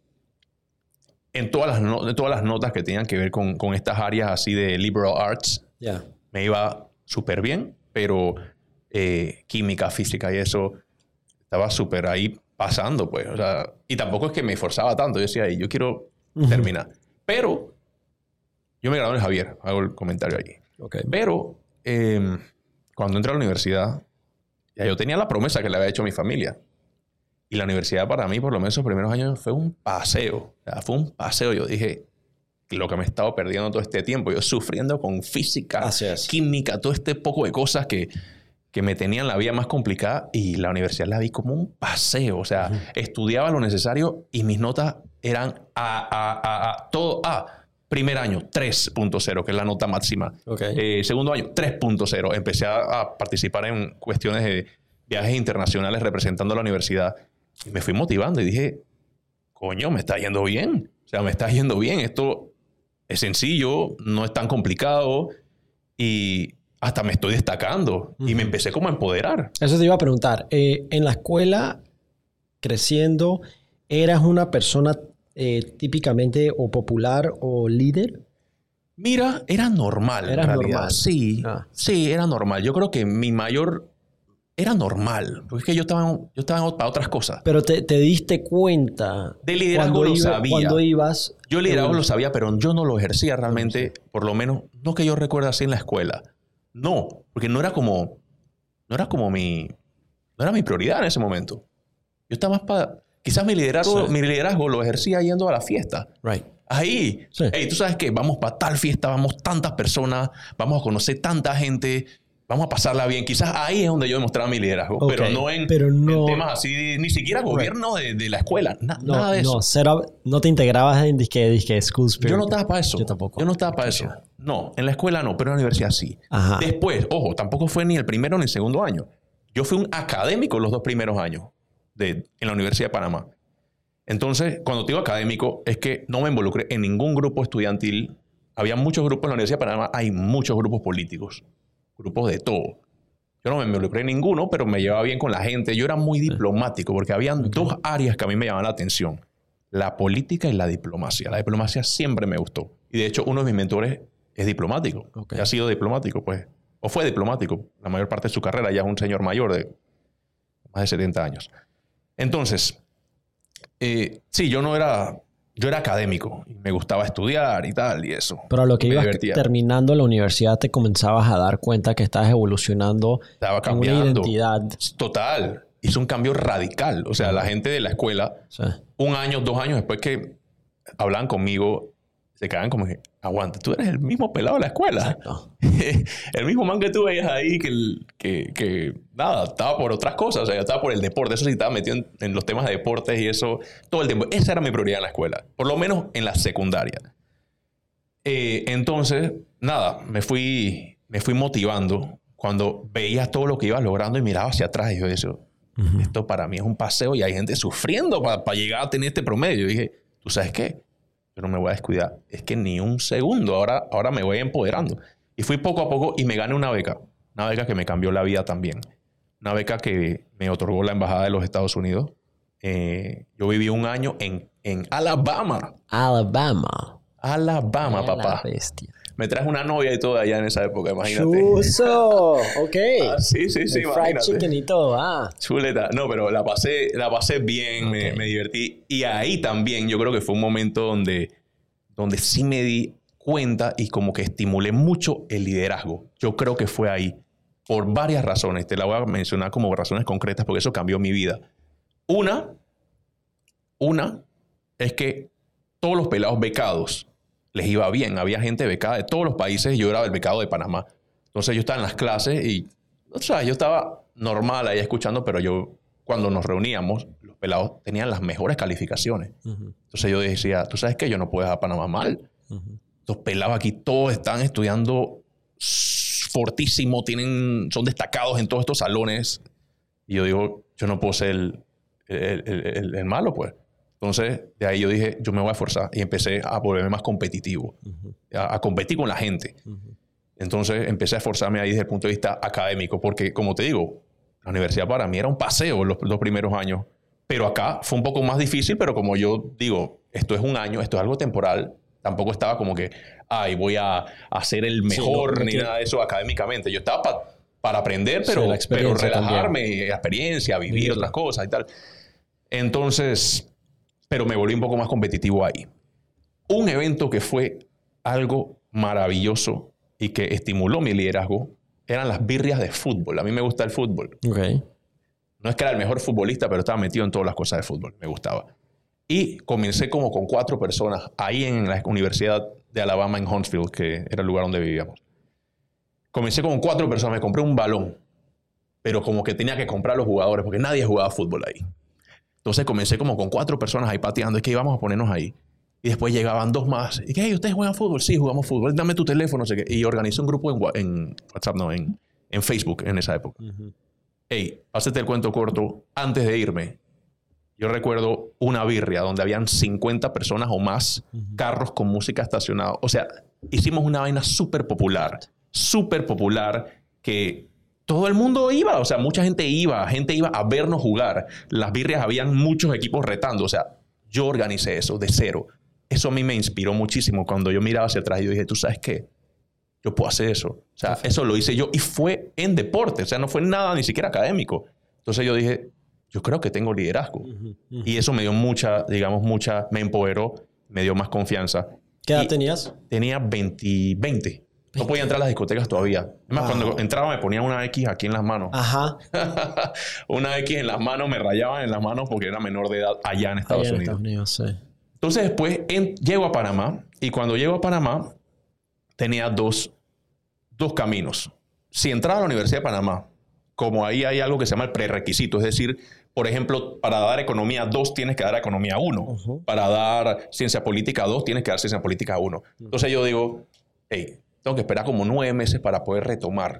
en todas las notas que tenían que ver con estas áreas así de liberal arts... Yeah. Me iba súper bien, pero química, física y eso estaba súper ahí pasando, pues. O sea, y tampoco es que me esforzaba tanto. Yo decía, yo quiero terminar. Pero yo me gradué en Javier. Hago el comentario ahí. Okay. Pero cuando entré a la universidad, ya yo tenía la promesa que le había hecho a mi familia. Y la universidad para mí, por lo menos los primeros años, fue un paseo. O sea, fue un paseo. Yo dije... lo que me he estado perdiendo todo este tiempo. Yo sufriendo con física, química, todo este poco de cosas que me tenían la vida más complicada y la universidad la vi como un paseo. O sea, estudiaba lo necesario y mis notas eran todo A. Primer año, 3.0, que es la nota máxima. Okay. Segundo año, 3.0. Empecé a participar en cuestiones de viajes internacionales representando a la universidad y me fui motivando y dije, coño, me está yendo bien. O sea, me está yendo bien. Esto... es sencillo, no es tan complicado y hasta me estoy destacando. Y me empecé como a empoderar. Eso te iba a preguntar. En la escuela, creciendo, ¿eras una persona típicamente o popular o líder? Mira, era normal. ¿Era normal? Sí, sí, era normal. Yo creo que mi mayor... era normal, porque es que yo estaba para otras cosas. Pero te diste cuenta. De liderazgo lo sabía. Cuando ibas. Yo liderazgo lo sabía, pero yo no lo ejercía realmente, por lo menos, no que yo recuerde así en la escuela. No, porque no era mi prioridad en ese momento. Yo estaba más para... quizás mi liderazgo lo ejercía yendo a la fiesta. Right. Ahí. Sí. Hey, tú sabes que vamos para tal fiesta, vamos tantas personas, vamos a conocer tanta gente... vamos a pasarla bien. Quizás ahí es donde yo demostraba mi liderazgo. Okay. Pero no en temas así, ni siquiera gobierno de la escuela. Nada de eso. No te integrabas en disque School Spirit. Yo no estaba para eso. Yo tampoco. Yo no estaba para eso. No, en la escuela no, pero en la universidad sí. Ajá. Después, ojo, tampoco fue ni el primero ni el segundo año. yo fui un académico los 2 primeros años en la Universidad de Panamá. Entonces, cuando te digo académico, es que no me involucré en ningún grupo estudiantil. Había muchos grupos en la Universidad de Panamá, hay muchos grupos políticos, grupos de todo. Yo no me involucré en ninguno, pero me llevaba bien con la gente. Yo era muy diplomático porque habían 2 áreas que a mí me llamaban la atención. La política y la diplomacia. La diplomacia siempre me gustó. Y de hecho, uno de mis mentores es diplomático. Ha sido diplomático, pues. O fue diplomático. La mayor parte de su carrera ya es un señor mayor de más de 70 años. Entonces, sí, yo era académico. Y me gustaba estudiar y tal y eso. Pero a lo que ibas terminando la universidad te comenzabas a dar cuenta que estabas evolucionando. Estaba cambiando. En una identidad. Total. Hizo un cambio radical. O sea, la gente de la escuela, 1 año, 2 años después que hablaban conmigo, se quedaban como que, aguanta, tú eres el mismo pelado de la escuela. El mismo man que tú veías ahí que nada, estaba por otras cosas. O sea, yo estaba por el deporte. Eso sí, estaba metido en los temas de deportes y eso todo el tiempo. Esa era mi prioridad en la escuela. Por lo menos en la secundaria. Entonces, nada, me fui motivando cuando veía todo lo que ibas logrando y miraba hacia atrás y yo decía, esto para mí es un paseo y hay gente sufriendo para llegar a tener este promedio. Y dije, ¿tú sabes qué? Yo no me voy a descuidar. Es que ni un segundo. Ahora me voy empoderando. Y fui poco a poco y me gané una beca. Una beca que me cambió la vida también. Una beca que me otorgó la Embajada de los Estados Unidos. Yo viví 1 año en Alabama. Alabama, papá. Bestia. Me traje una novia y todo allá en esa época, imagínate. ¡Chuso! Ok. Sí, fried chicken y todo, Chuleta. No, pero la pasé bien, me divertí. Y ahí también yo creo que fue un momento donde sí me di cuenta y como que estimulé mucho el liderazgo. Yo creo que fue ahí por varias razones. Te la voy a mencionar como razones concretas porque eso cambió mi vida. Una es que todos los pelados becados les iba bien. Había gente becada de todos los países y yo era el becado de Panamá. Entonces yo estaba en las clases y, o sea, yo estaba normal ahí escuchando, pero yo, cuando nos reuníamos, los pelados tenían las mejores calificaciones. Entonces yo decía, ¿tú sabes qué? Yo no puedo dejar a Panamá mal. Los pelados aquí todos están estudiando fortísimo, son destacados en todos estos salones. Y yo digo, yo no puedo ser el malo, pues. Entonces, de ahí yo dije, yo me voy a esforzar. Y empecé a volverme más competitivo. A competir con la gente. Entonces, empecé a esforzarme ahí desde el punto de vista académico. Porque, como te digo, la universidad para mí era un paseo los 2 primeros años. Pero acá fue un poco más difícil. Pero como yo digo, esto es 1 año, esto es algo temporal. Tampoco estaba como que, voy a ser el mejor ni nada de eso académicamente. Yo estaba para aprender, pero relajarme, experiencia, vivir otras cosas y tal. Entonces, pero me volví un poco más competitivo ahí. Un evento que fue algo maravilloso y que estimuló mi liderazgo eran las birrias de fútbol. A mí me gusta el fútbol. No es que era el mejor futbolista, pero estaba metido en todas las cosas de fútbol. Me gustaba. Y comencé como con 4 personas ahí en la Universidad de Alabama en Huntsville, que era el lugar donde vivíamos. Comencé con 4 personas. Me compré un balón, pero como que tenía que comprar los jugadores porque nadie jugaba fútbol ahí. Entonces comencé como con 4 personas ahí pateando. Es que íbamos a ponernos ahí. Y después llegaban 2 más. Y que, ¿ustedes juegan fútbol? Sí, jugamos fútbol. Dame tu teléfono, no sé qué. Y organizé un grupo en WhatsApp, no, en Facebook en esa época. Hacete el cuento corto. Antes de irme, yo recuerdo una birria donde habían 50 personas o más, carros con música estacionada. O sea, hicimos una vaina súper popular que todo el mundo iba. O sea, mucha gente iba a vernos jugar. Las birrias habían muchos equipos retando. O sea, yo organicé eso de cero. Eso a mí me inspiró muchísimo cuando yo miraba hacia atrás y yo dije, ¿tú sabes qué? Yo puedo hacer eso. O sea, eso lo hice yo y fue en deporte. O sea, no fue nada ni siquiera académico. Entonces yo dije, yo creo que tengo liderazgo. Y eso me dio me empoderó, me dio más confianza. ¿Qué edad tenías? Tenía 20. No podía entrar a las discotecas todavía. Es más, cuando entraba me ponía una X aquí en las manos. Una X en las manos, me rayaban en las manos porque era menor de edad allá en Estados Unidos. Sí. Entonces después llego a Panamá y cuando llego a Panamá tenía dos caminos. Si entraba a la Universidad de Panamá, como ahí hay algo que se llama el prerequisito, es decir, por ejemplo, para dar economía 2 tienes que dar economía 1. Para dar ciencia política 2 tienes que dar ciencia política 1. Entonces yo digo, tengo que esperar como 9 meses para poder retomar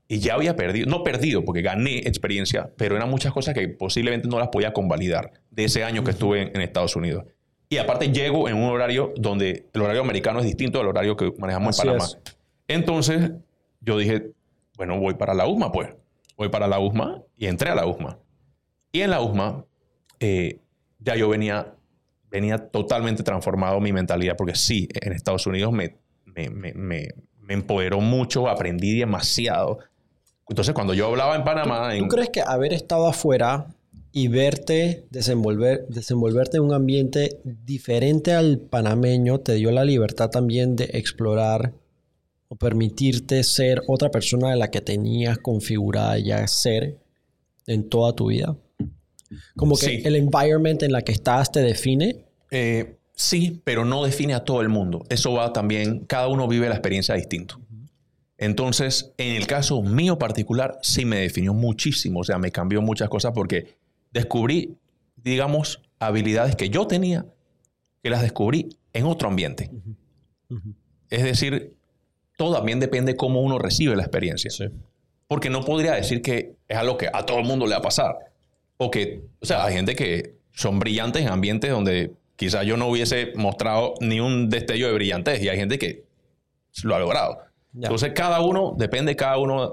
y ya había perdido, no perdido porque gané experiencia, pero eran muchas cosas que posiblemente no las podía convalidar de ese año que estuve en Estados Unidos. Y aparte llego en un horario donde el horario americano es distinto al horario que manejamos en Panamá. Entonces yo dije, bueno, voy para la USMA pues. Voy para la USMA y entré a la USMA. Y en la USMA ya yo venía totalmente transformado mi mentalidad porque sí, en Estados Unidos me empoderó mucho, aprendí demasiado. Entonces cuando yo hablaba en Panamá... ¿Tú crees que haber estado afuera y verte desenvolverte en un ambiente diferente al panameño te dio la libertad también de explorar o permitirte ser otra persona de la que tenías configurada ya ser en toda tu vida? Como que sí. El environment en la que estás te define. Sí, pero no define a todo el mundo. Eso va también, cada uno vive la experiencia distinto. Entonces, en el caso mío particular, sí me definió muchísimo. O sea, me cambió muchas cosas porque descubrí, digamos, habilidades que yo tenía, que las descubrí en otro ambiente. Es decir, todo también depende de cómo uno recibe la experiencia. Sí. Porque no podría decir que es algo que a todo el mundo le va a pasar. O sea, hay gente que son brillantes en ambientes donde quizás yo no hubiese mostrado ni un destello de brillantez. Y hay gente que lo ha logrado. Ya. Entonces, depende cada uno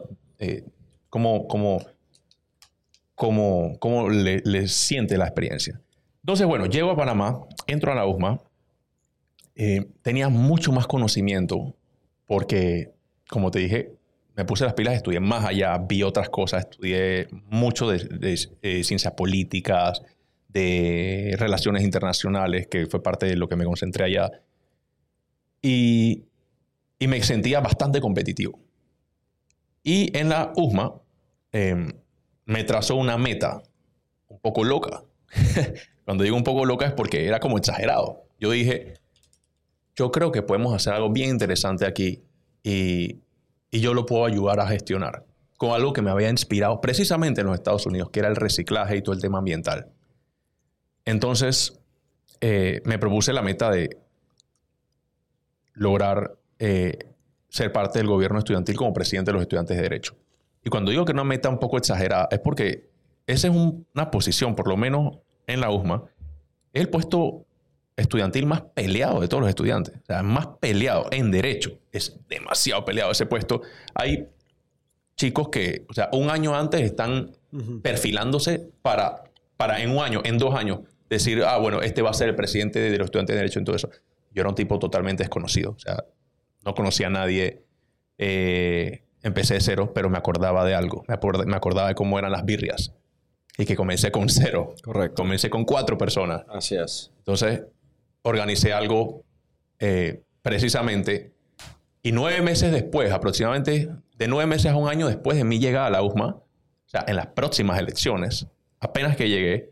cómo le siente la experiencia. Entonces, bueno, llego a Panamá, entro a la USMA. Tenía mucho más conocimiento porque, como te dije, me puse las pilas, estudié más allá, vi otras cosas, estudié mucho de ciencias políticas, de relaciones internacionales, que fue parte de lo que me concentré allá. Y me sentía bastante competitivo. Y en la USMA me trazó una meta un poco loca. Cuando digo un poco loca es porque era como exagerado. Yo dije, yo creo que podemos hacer algo bien interesante aquí y yo lo puedo ayudar a gestionar con algo que me había inspirado precisamente en los Estados Unidos, que era el reciclaje y todo el tema ambiental. Entonces, me propuse la meta de lograr ser parte del gobierno estudiantil como presidente de los estudiantes de Derecho. Y cuando digo que una meta un poco exagerada, es porque esa es una posición, por lo menos en la USMA, es el puesto estudiantil más peleado de todos los estudiantes. O sea, más peleado en Derecho. Es demasiado peleado ese puesto. Hay chicos que, o sea, un año antes están perfilándose para en un año, en 2 años, decir, bueno, este va a ser el presidente de los estudiantes de Derecho en todo eso. Yo era un tipo totalmente desconocido. O sea, no conocía a nadie. Empecé de cero, pero me acordaba de algo. Me acordaba de cómo eran las birrias. Y que comencé con 0. Correcto. Comencé con 4 personas. Así es. Entonces, organicé algo precisamente. Y 9 meses después, aproximadamente de 9 meses a 1 año después de mi llegada a la USMA, o sea, en las próximas elecciones, apenas que llegué,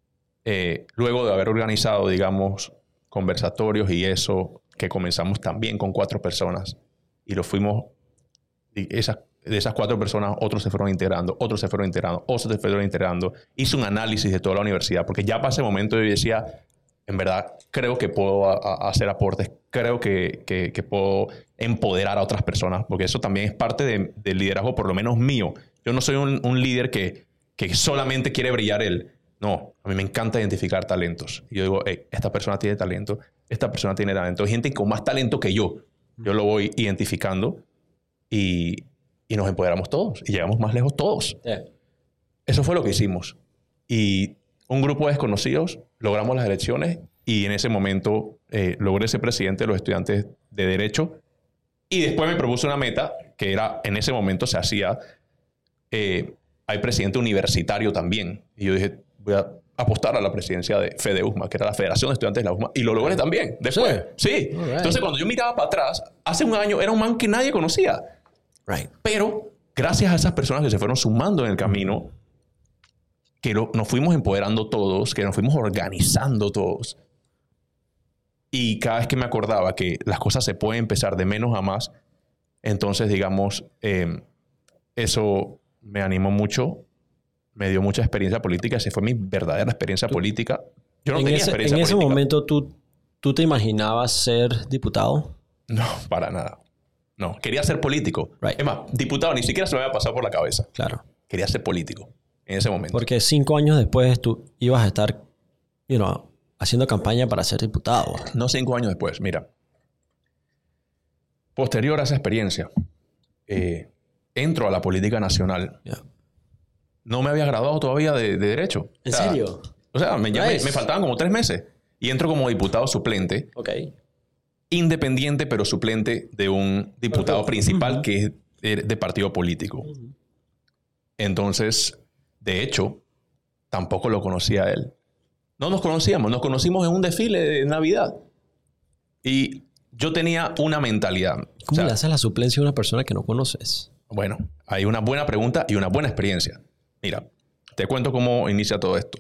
luego de haber organizado, digamos, conversatorios y eso, que comenzamos también con 4 personas, y lo fuimos, y de esas 4 personas, otros se fueron integrando, otros se fueron integrando. Hice un análisis de toda la universidad, porque ya para ese momento yo decía, en verdad, creo que puedo hacer aportes, creo que puedo empoderar a otras personas, porque eso también es parte del liderazgo, por lo menos mío. Yo no soy un líder que solamente quiere brillar él. No, a mí me encanta identificar talentos. Y yo digo, esta persona tiene talento, esta persona tiene talento. Hay gente con más talento que yo. Yo lo voy identificando y nos empoderamos todos. Y llegamos más lejos todos. Yeah. Eso fue lo que hicimos. Y un grupo de desconocidos logramos las elecciones y en ese momento logré ser presidente de los estudiantes de Derecho. Y después me propuse una meta que era, en ese momento se hacía, hay presidente universitario también. Y yo dije, voy a apostar a la presidencia de FEDEUSMA, que era la Federación de Estudiantes de la USMA, y lo logré también después. Sí. Right. Entonces, cuando yo miraba para atrás, hace 1 año era un man que nadie conocía. Right. Pero gracias a esas personas que se fueron sumando en el camino, que nos fuimos empoderando todos, que nos fuimos organizando todos. Y cada vez que me acordaba que las cosas se pueden empezar de menos a más, entonces, digamos, eso me animó mucho, me dio mucha experiencia política. Esa fue mi verdadera experiencia política. Yo no tenía experiencia política. ¿En ese momento tú te imaginabas ser diputado? No, para nada. No, quería ser político. Right. Es más, diputado ni siquiera se me había pasado por la cabeza. Claro. Quería ser político en ese momento. Porque 5 años después tú ibas a estar, haciendo campaña para ser diputado. No 5 años después, mira. Posterior a esa experiencia, entro a la política nacional. Yeah. No me había graduado todavía de Derecho. ¿En serio? O sea, me faltaban como 3 meses. Y entro como diputado suplente. Ok. Independiente, pero suplente de un diputado principal que es de partido político. Entonces, de hecho, tampoco lo conocía a él. No nos conocíamos. Nos conocimos en un desfile de Navidad. Y yo tenía una mentalidad. ¿Cómo le haces la suplencia a una persona que no conoces? Bueno, hay una buena pregunta y una buena experiencia. Mira, te cuento cómo inicia todo esto.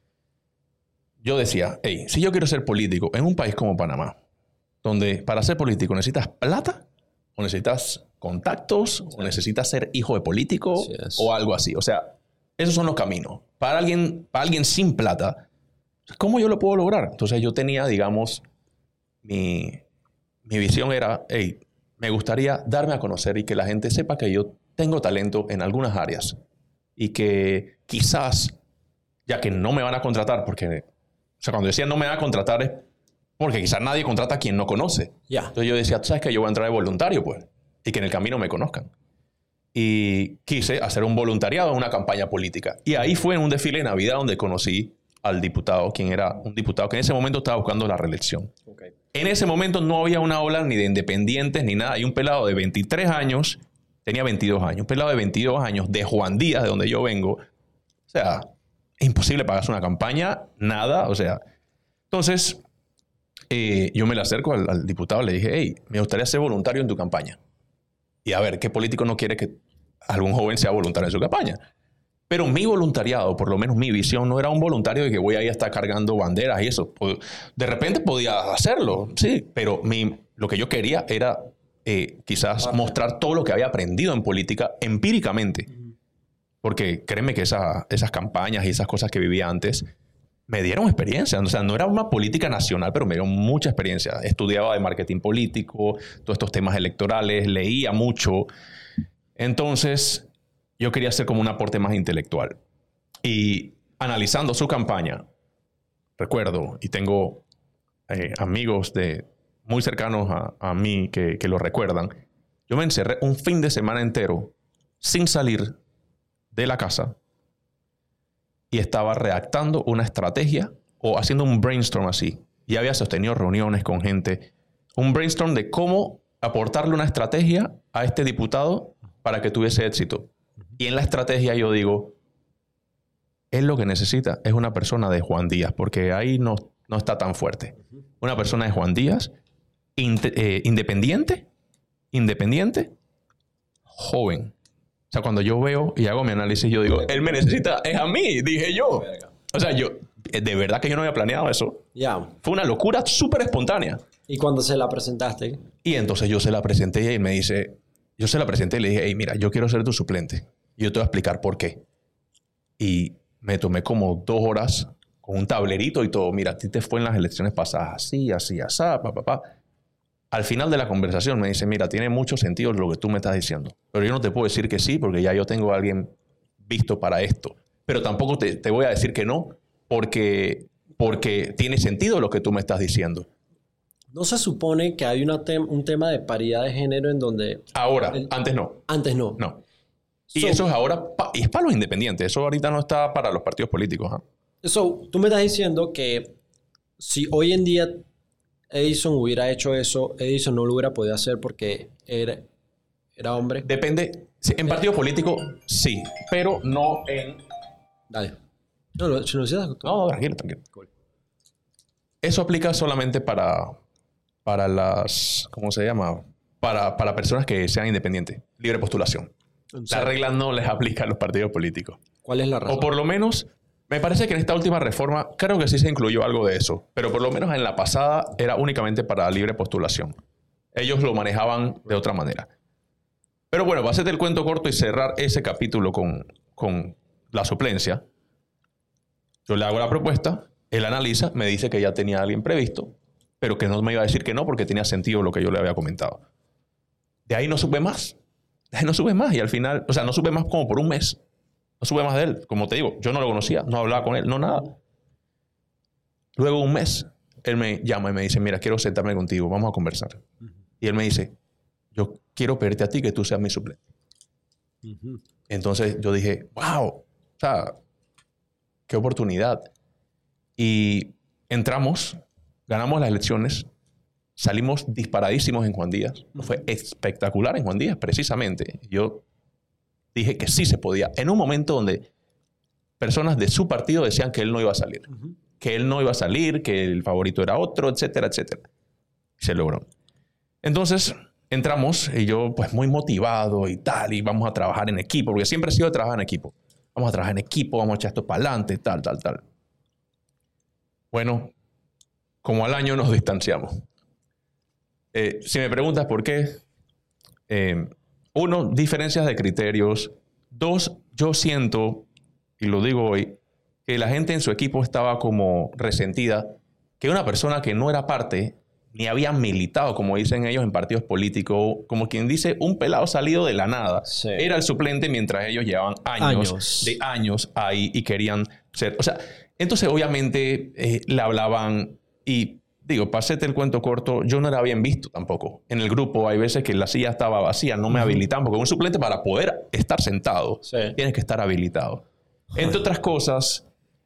Yo decía, hey, si yo quiero ser político en un país como Panamá, donde para ser político necesitas plata, o necesitas contactos, o necesitas ser hijo de político, o algo así. O sea, esos son los caminos. Para alguien sin plata, ¿cómo yo lo puedo lograr? Entonces yo tenía, digamos, mi visión era, hey, me gustaría darme a conocer y que la gente sepa que yo tengo talento en algunas áreas. Y que quizás, ya que no me van a contratar, porque, o sea, cuando decía no me van a contratar es porque quizás nadie contrata a quien no conoce. Yeah. Entonces yo decía, ¿sabes qué? Yo voy a entrar de voluntario, pues. Y que en el camino me conozcan. Y quise hacer un voluntariado en una campaña política. Y ahí fue en un desfile de Navidad donde conocí al diputado, quien era un diputado que en ese momento estaba buscando la reelección. Okay. En ese momento no había una ola ni de independientes ni nada. Hay un pelado de 23 años, tenía 22 años, un pelado de 22 años de Juan Díaz, de donde yo vengo. O sea, es imposible pagarse una campaña, nada. O sea, entonces yo me le acerco al diputado, le dije, hey, me gustaría ser voluntario en tu campaña. Y a ver, ¿qué político no quiere que algún joven sea voluntario en su campaña? Pero mi voluntariado, por lo menos mi visión, no era un voluntario de que voy ahí a estar cargando banderas y eso. De repente podía hacerlo, sí, pero lo que yo quería era quizás mostrar todo lo que había aprendido en política empíricamente. Porque créeme que esas campañas y esas cosas que vivía antes me dieron experiencia. O sea, no era una política nacional, pero me dieron mucha experiencia. Estudiaba de marketing político, todos estos temas electorales, leía mucho. Entonces, yo quería hacer como un aporte más intelectual. Y analizando su campaña, recuerdo, y tengo amigos muy cercanos a mí que lo recuerdan, yo me encerré un fin de semana entero sin salir de la casa y estaba redactando una estrategia o haciendo un brainstorm así. Y había sostenido reuniones con gente. Un brainstorm de cómo aportarle una estrategia a este diputado para que tuviese éxito. Y en la estrategia yo digo, él lo que necesita es una persona de Juan Díaz, porque ahí no está tan fuerte. Una persona de Juan Díaz, independiente, joven. O sea, cuando yo veo y hago mi análisis, yo digo, él me necesita, es a mí, dije yo. O sea, de verdad que yo no había planeado eso. Yeah. Fue una locura súper espontánea. ¿Y cuando se la presentaste? Y entonces yo se la presenté y él me dice, yo se la presenté y le dije, hey, mira, yo quiero ser tu suplente. Y yo te voy a explicar por qué. Y me tomé como 2 horas con un tablerito y todo. Mira, a ti te fue en las elecciones pasadas así, pa. Al final de la conversación me dice, mira, tiene mucho sentido lo que tú me estás diciendo. Pero yo no te puedo decir que sí porque ya yo tengo a alguien visto para esto. Pero tampoco te voy a decir que no porque tiene sentido lo que tú me estás diciendo. ¿No se supone que hay un tema de paridad de género en donde... Ahora, antes no. Antes no. No. Y eso es ahora, y es para los independientes. Eso ahorita no está para los partidos políticos. Tú me estás diciendo que si hoy en día Edison hubiera hecho eso, Edison no lo hubiera podido hacer porque era hombre. Depende. Sí, en partido político, sí. Pero no en... Dale. No, si no decías... No, tranquilo. Cool. Eso aplica solamente para las... ¿Cómo se llama? Para personas que sean independientes. Libre postulación. La regla no les aplica a los partidos políticos. ¿Cuál es la razón? O por lo menos, me parece que en esta última reforma, creo que sí se incluyó algo de eso. Pero por lo menos en la pasada era únicamente para libre postulación. Ellos lo manejaban de otra manera. Pero bueno, para hacerte el cuento corto y cerrar ese capítulo con la suplencia, yo le hago la propuesta, él analiza, me dice que ya tenía a alguien previsto, pero que no me iba a decir que no porque tenía sentido lo que yo le había comentado. De ahí no supe más. De ahí no supe más. Y al final, o sea, no supe más como por un mes. No supe más de él. Como te digo, yo no lo conocía, no hablaba con él, no nada. Luego de un mes, él me llama y me dice, mira, quiero sentarme contigo, vamos a conversar. Y él me dice, yo quiero pedirte a ti que tú seas mi suplente. Entonces yo dije, wow, o sea, qué oportunidad. Y entramos, ganamos las elecciones, salimos disparadísimos en Juan Díaz. Fue espectacular en Juan Díaz, precisamente. Yo dije que sí se podía. En un momento donde personas de su partido decían que él no iba a salir. Que él no iba a salir, que el favorito era otro, etcétera, etcétera. Se logró. Entonces, entramos y yo, pues, muy motivado y tal, y vamos a trabajar en equipo, porque siempre he sido de trabajar en equipo. Vamos a trabajar en equipo, vamos a echar esto para adelante, tal, tal, tal. Bueno, como al año nos distanciamos. Si me preguntas por qué, uno, diferencias de criterios. Dos, yo siento, y lo digo hoy, que la gente en su equipo estaba como resentida, que una persona que no era parte, ni había militado, como dicen ellos, en partidos políticos, como quien dice, un pelado salido de la nada, sí, era el suplente mientras ellos llevaban años ahí y querían ser. O sea, entonces obviamente le hablaban y, digo, para hacerte el cuento corto, yo no era bien visto tampoco. En el grupo hay veces que la silla estaba vacía, no me habilitaban, porque un suplente para poder estar sentado, sí, tienes que estar habilitado. Entre otras cosas,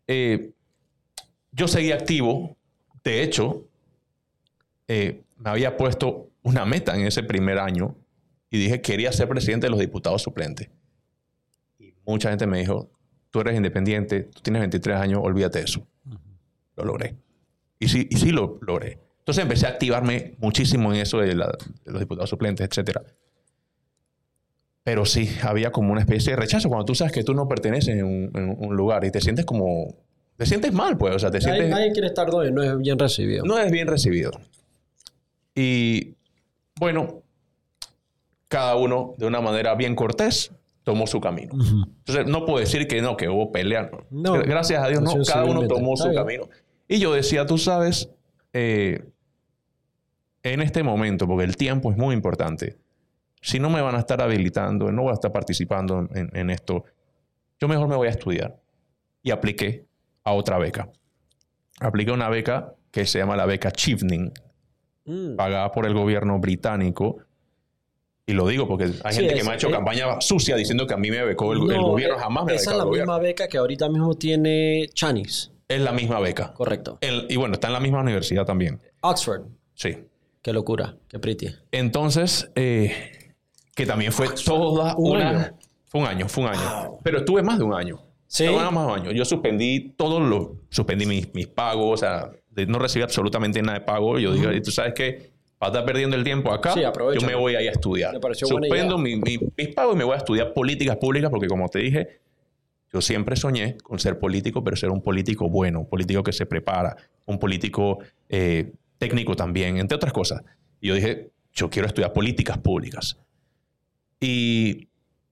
yo seguí activo. De hecho, me había puesto una meta en ese primer año y dije quería ser presidente de los diputados suplentes. Y mucha gente me dijo, tú eres independiente, tú tienes 23 años, olvídate de eso. Lo logré. Y sí lo logré. Entonces empecé a activarme muchísimo en eso de los diputados suplentes, etc. Pero sí, había como una especie de rechazo cuando tú sabes que tú no perteneces en un lugar y te sientes como... Te sientes mal, pues. O sea, te sientes... Nadie quiere estar donde no es bien recibido. No es bien recibido. Y, bueno, cada uno, de una manera bien cortés, tomó su camino. Entonces, no puedo decir que no, que hubo pelea. No. Gracias a Dios, no. Cada uno tomó su camino. Y yo decía, tú sabes, en este momento, porque el tiempo es muy importante, si no me van a estar habilitando, no voy a estar participando en esto, yo mejor me voy a estudiar. Y apliqué a otra beca. Apliqué una beca que se llama la beca Chevening, pagada por el gobierno británico. Y lo digo porque hay gente que me ha hecho campaña sucia diciendo que a mí me becó el gobierno. Jamás me becó el gobierno. Esa es la misma beca que ahorita mismo tiene Chanis. Es la misma beca. Correcto. Y bueno, está en la misma universidad también. Oxford. Sí. Qué locura. Qué pretty. Entonces, que también fue toda una... Fue un año. Wow. Pero estuve más de un año. Sí. Más de un año. Yo suspendí suspendí mis pagos, o sea, no recibí absolutamente nada de pago. Yo digo, tú sabes que para estar perdiendo el tiempo acá, sí, yo me voy a ir a estudiar. Suspendo mis pagos y me voy a estudiar políticas públicas porque, como te dije, yo siempre soñé con ser político, pero ser un político bueno, un político que se prepara, un político técnico también, entre otras cosas. Y yo dije, yo quiero estudiar políticas públicas. Y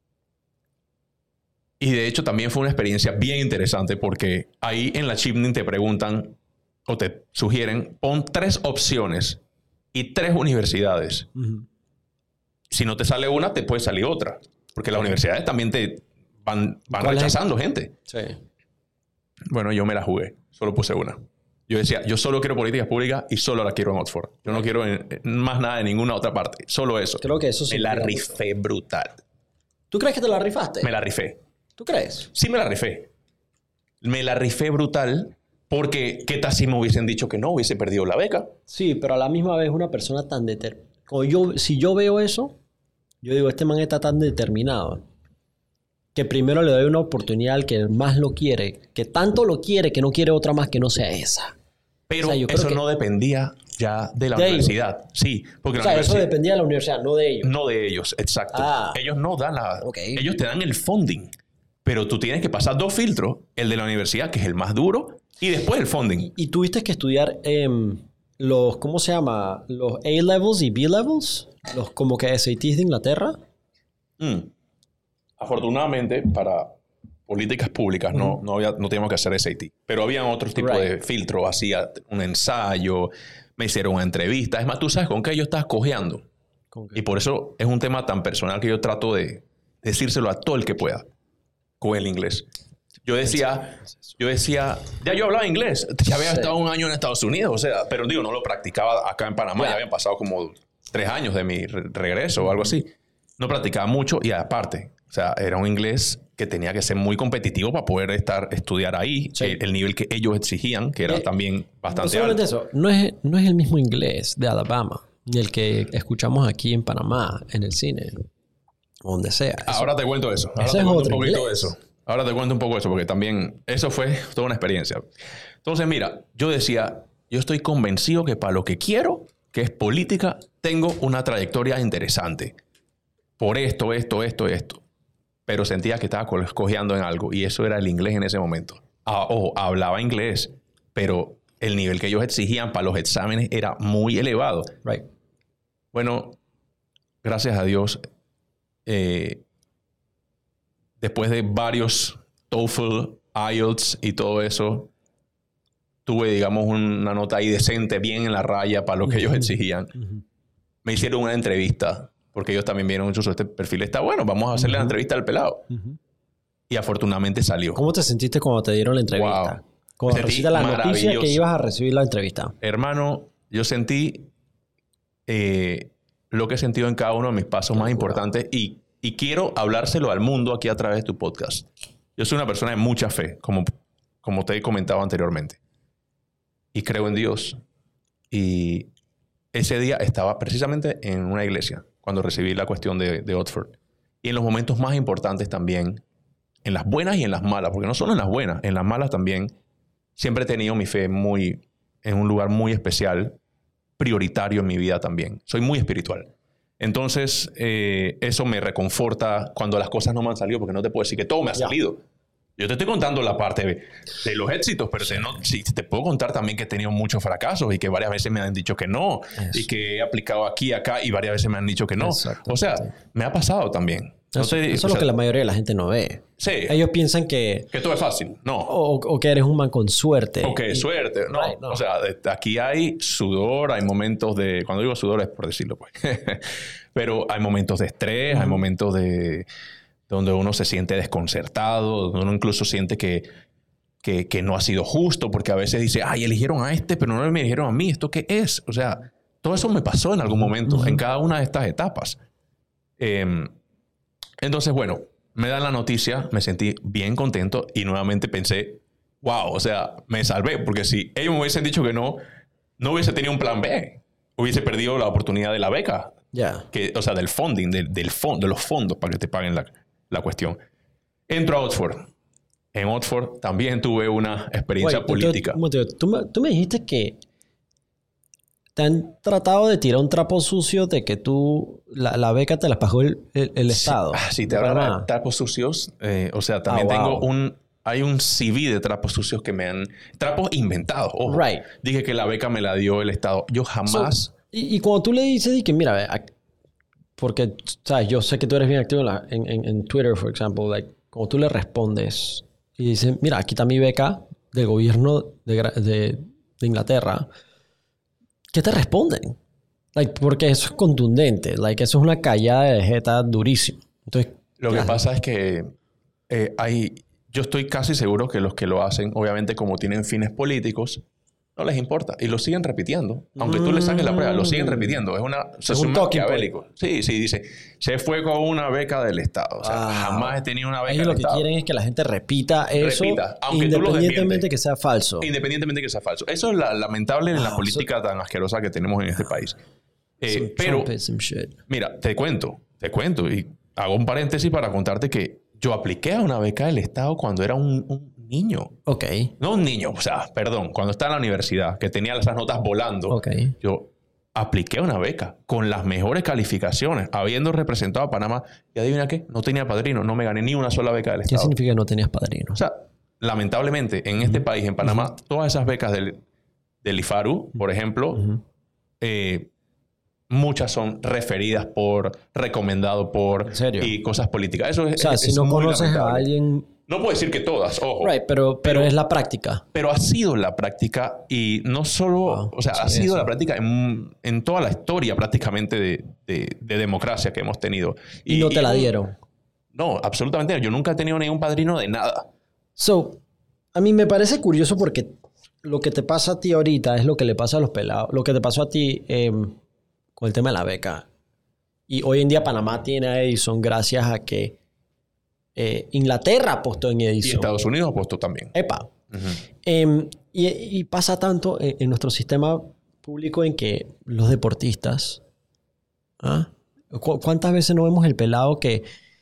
de hecho también fue una experiencia bien interesante porque ahí en la Chevening te preguntan o te sugieren, pon 3 opciones y 3 universidades. Si no te sale una, te puede salir otra. Porque las universidades también te van rechazando gente. Sí. Bueno, yo me la jugué. Solo puse una. Yo decía, yo solo quiero políticas públicas y solo la quiero en Oxford. Yo no quiero más nada de ninguna otra parte. Solo eso. Creo que eso sí. Me la rifé brutal. ¿Tú crees que te la rifaste? Me la rifé. ¿Tú crees? Sí me la rifé. Me la rifé brutal porque ¿qué tal si me hubiesen dicho que no? Hubiese perdido la beca. Sí, pero a la misma vez una persona tan determinada. Si yo veo eso, yo digo, este man está tan determinado que primero le doy una oportunidad al que más lo quiere, que tanto lo quiere que no quiere otra más que no sea esa. Pero eso no dependía ya de la universidad. Ellos. Sí, porque eso dependía de la universidad, no de ellos. No de ellos, exacto. Ellos no dan ellos te dan el funding, pero tú tienes que pasar 2 filtros, el de la universidad, que es el más duro, y después el funding. ¿Y tuviste que estudiar ¿cómo se llama? Los A-levels y B-levels? Los como que SATs de Inglaterra. Afortunadamente, para políticas públicas no teníamos que hacer SAT. Pero había otros tipos de filtros. Hacía un ensayo, me hicieron una entrevista. Es más, ¿tú sabes con qué yo estaba cojeando? Y por eso es un tema tan personal que yo trato de decírselo a todo el que pueda con el inglés. Yo decía, ya yo hablaba inglés, ya había estado un año en Estados Unidos, o sea, pero digo, no lo practicaba acá en Panamá, ya habían pasado como 3 años de mi regreso o algo así. No practicaba mucho y aparte, o sea, era un inglés que tenía que ser muy competitivo para poder estudiar ahí, el nivel que ellos exigían, que era también bastante alto. Eso, no es el mismo inglés de Alabama, ni el que escuchamos aquí en Panamá, en el cine, o donde sea. Ahora te cuento eso. Ahora te cuento un poquito de eso. Ahora te cuento un poco de eso, porque también eso fue toda una experiencia. Entonces, mira, yo decía, yo estoy convencido que para lo que quiero, que es política, tengo una trayectoria interesante. Por esto. Pero sentía que estaba cojeando en algo, y eso era el inglés en ese momento. Ojo, hablaba inglés, pero el nivel que ellos exigían para los exámenes era muy elevado. Right. Bueno, gracias a Dios, después de varios TOEFL, IELTS y todo eso, tuve, digamos, una nota ahí decente, bien en la raya para lo que ellos exigían. Me hicieron una entrevista, porque ellos también vieron mucho este perfil. Está bueno, vamos a hacerle la entrevista al pelado. Y afortunadamente salió. ¿Cómo te sentiste cuando te dieron la entrevista? Wow. Cuando recibiste la noticia que ibas a recibir la entrevista. Hermano, yo sentí lo que he sentido en cada uno de mis pasos más importantes y quiero hablárselo al mundo aquí a través de tu podcast. Yo soy una persona de mucha fe, como te he comentado anteriormente. Y creo en Dios. Y ese día estaba precisamente en una iglesia cuando recibí la cuestión de Oxford. Y en los momentos más importantes también, en las buenas y en las malas, porque no solo en las buenas, en las malas también, siempre he tenido mi fe en un lugar muy especial, prioritario en mi vida también. Soy muy espiritual. Entonces, eso me reconforta cuando las cosas no me han salido, porque no te puedo decir que todo me ha salido. Yo te estoy contando la parte de los éxitos, pero sí, te puedo contar también que he tenido muchos fracasos y que varias veces me han dicho que no. Eso. Y que he aplicado aquí, acá y varias veces me han dicho que no. O sea, me ha pasado también. Eso es lo que la mayoría de la gente no ve. Sí. Ellos piensan que todo es fácil. No. O que eres un man con suerte. O que suerte. No. Right, no. O sea, aquí hay sudor, hay momentos de... Cuando digo sudor es por decirlo, pues. Pero hay momentos de estrés, hay momentos donde uno se siente desconcertado, donde uno incluso siente que no ha sido justo, porque a veces dice, ay, eligieron a este, pero no me eligieron a mí. ¿Esto qué es? O sea, todo eso me pasó en algún momento, en cada una de estas etapas. Entonces, bueno, me dan la noticia, me sentí bien contento y nuevamente pensé, wow, o sea, me salvé, porque si ellos me hubiesen dicho que no hubiese tenido un plan B, hubiese perdido la oportunidad de la beca. O sea, del funding, de los fondos para que te paguen la cuestión. Entro a Oxford. En Oxford también tuve una experiencia política. Tú me dijiste que te han tratado de tirar un trapo sucio de que la beca te la pagó el Estado. Sí, te hablan de trapos sucios. O sea, también hay un CV de trapos sucios que me han... Trapos inventados. Ojo. Right. Dije que la beca me la dio el Estado. Yo jamás... Y cuando tú le dices que mira, porque ¿sabes? Yo sé que tú eres bien activo en Twitter, por ejemplo, como tú le respondes y dices, mira, aquí está mi beca del gobierno de Inglaterra, ¿qué te responden? Porque eso es contundente, eso es una callada de jeta durísima. Entonces, lo que pasa es que yo estoy casi seguro que los que lo hacen, obviamente como tienen fines políticos, no les importa. Y lo siguen repitiendo. Aunque tú le saques la prueba, lo siguen repitiendo. Es un maquiavélico. Sí, dice. Se fue con una beca del Estado. O sea, jamás he tenido una beca del Estado. Ellos lo que quieren es que la gente repita eso. Aunque independientemente que sea falso. Independientemente que sea falso. Eso es lamentable en la política tan asquerosa que tenemos en este país. Pero, mira, te cuento. Y hago un paréntesis para contarte que yo apliqué a una beca del Estado cuando era un niño. Ok. No un niño, o sea, perdón, cuando estaba en la universidad, que tenía esas notas volando. Ok. Yo apliqué a una beca con las mejores calificaciones, habiendo representado a Panamá. Y adivina qué, no tenía padrino, no me gané ni una sola beca del Estado. ¿Qué significa que no tenías padrino? O sea, lamentablemente, en este país, en Panamá, todas esas becas del IFARU, por ejemplo, muchas son recomendado por, ¿en serio? y cosas políticas. Eso es, o sea, si no conoces a alguien No puedo decir que todas, ojo. Right, pero es la práctica. Pero ha sido la práctica y no solo, o sea, ha sido la práctica en toda la historia prácticamente de democracia que hemos tenido. Y no te la dieron. No, absolutamente no. Yo nunca he tenido ningún padrino de nada. So, a mí me parece curioso porque lo que te pasa a ti ahorita es lo que le pasa a los pelados. Lo que te pasó a ti con el tema de la beca. Y hoy en día Panamá tiene a Edison gracias a que Inglaterra apostó en Edison. Y Estados Unidos apostó también. Epa. Y pasa tanto en nuestro sistema público en que los deportistas... ¿Cuántas veces no vemos el pelado que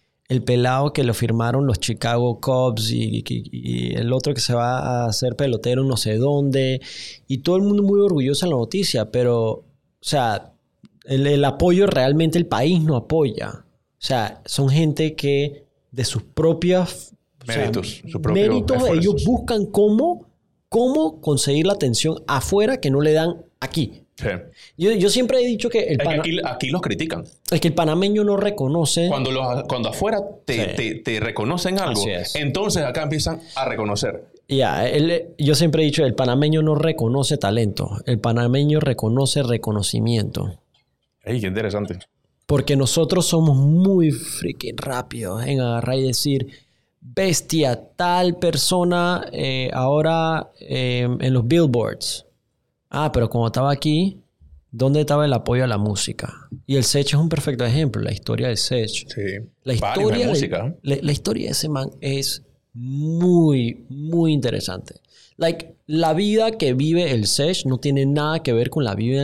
lo firmaron los Chicago Cubs y el otro que se va a hacer pelotero no sé dónde? Y todo el mundo muy orgulloso en la noticia, pero, o sea, el apoyo realmente el país no apoya. O sea, son gente que de sus propios méritos, ellos buscan cómo conseguir la atención afuera que no le dan aquí. Sí. Yo siempre he dicho que aquí los critican. Es que el panameño no reconoce. Cuando afuera te reconocen algo, entonces acá empiezan a reconocer. Yo siempre he dicho el panameño no reconoce talento, el panameño reconoce reconocimiento. Qué interesante. Porque nosotros somos muy freaking rápidos en agarrar y decir, bestia, tal persona ahora en los billboards. Pero como estaba aquí, ¿dónde estaba el apoyo a la música? Y el Sech es un perfecto ejemplo, la historia del Sech. Sí. La historia de ese man es muy, muy interesante. La vida que vive el Sech no tiene nada que ver con la vida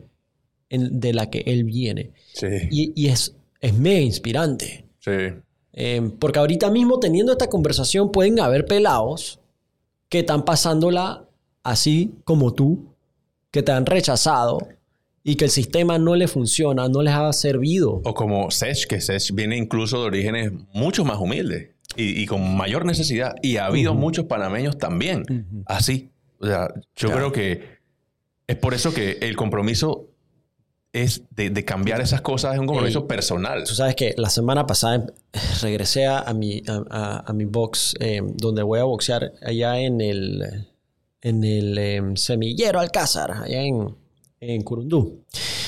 de la que él viene. Sí. Y es mega inspirante. Sí. Porque ahorita mismo teniendo esta conversación pueden haber pelados que están pasándola así como tú, que te han rechazado y que el sistema no le funciona, no les ha servido. O como Sech, que Sech viene incluso de orígenes mucho más humildes y con mayor necesidad. Y ha habido muchos panameños también así. O sea, yo creo que es por eso que el compromiso es de cambiar esas cosas, es un compromiso personal. Tú sabes que la semana pasada regresé a mi box donde voy a boxear allá en el Semillero Alcázar, allá en Curundú.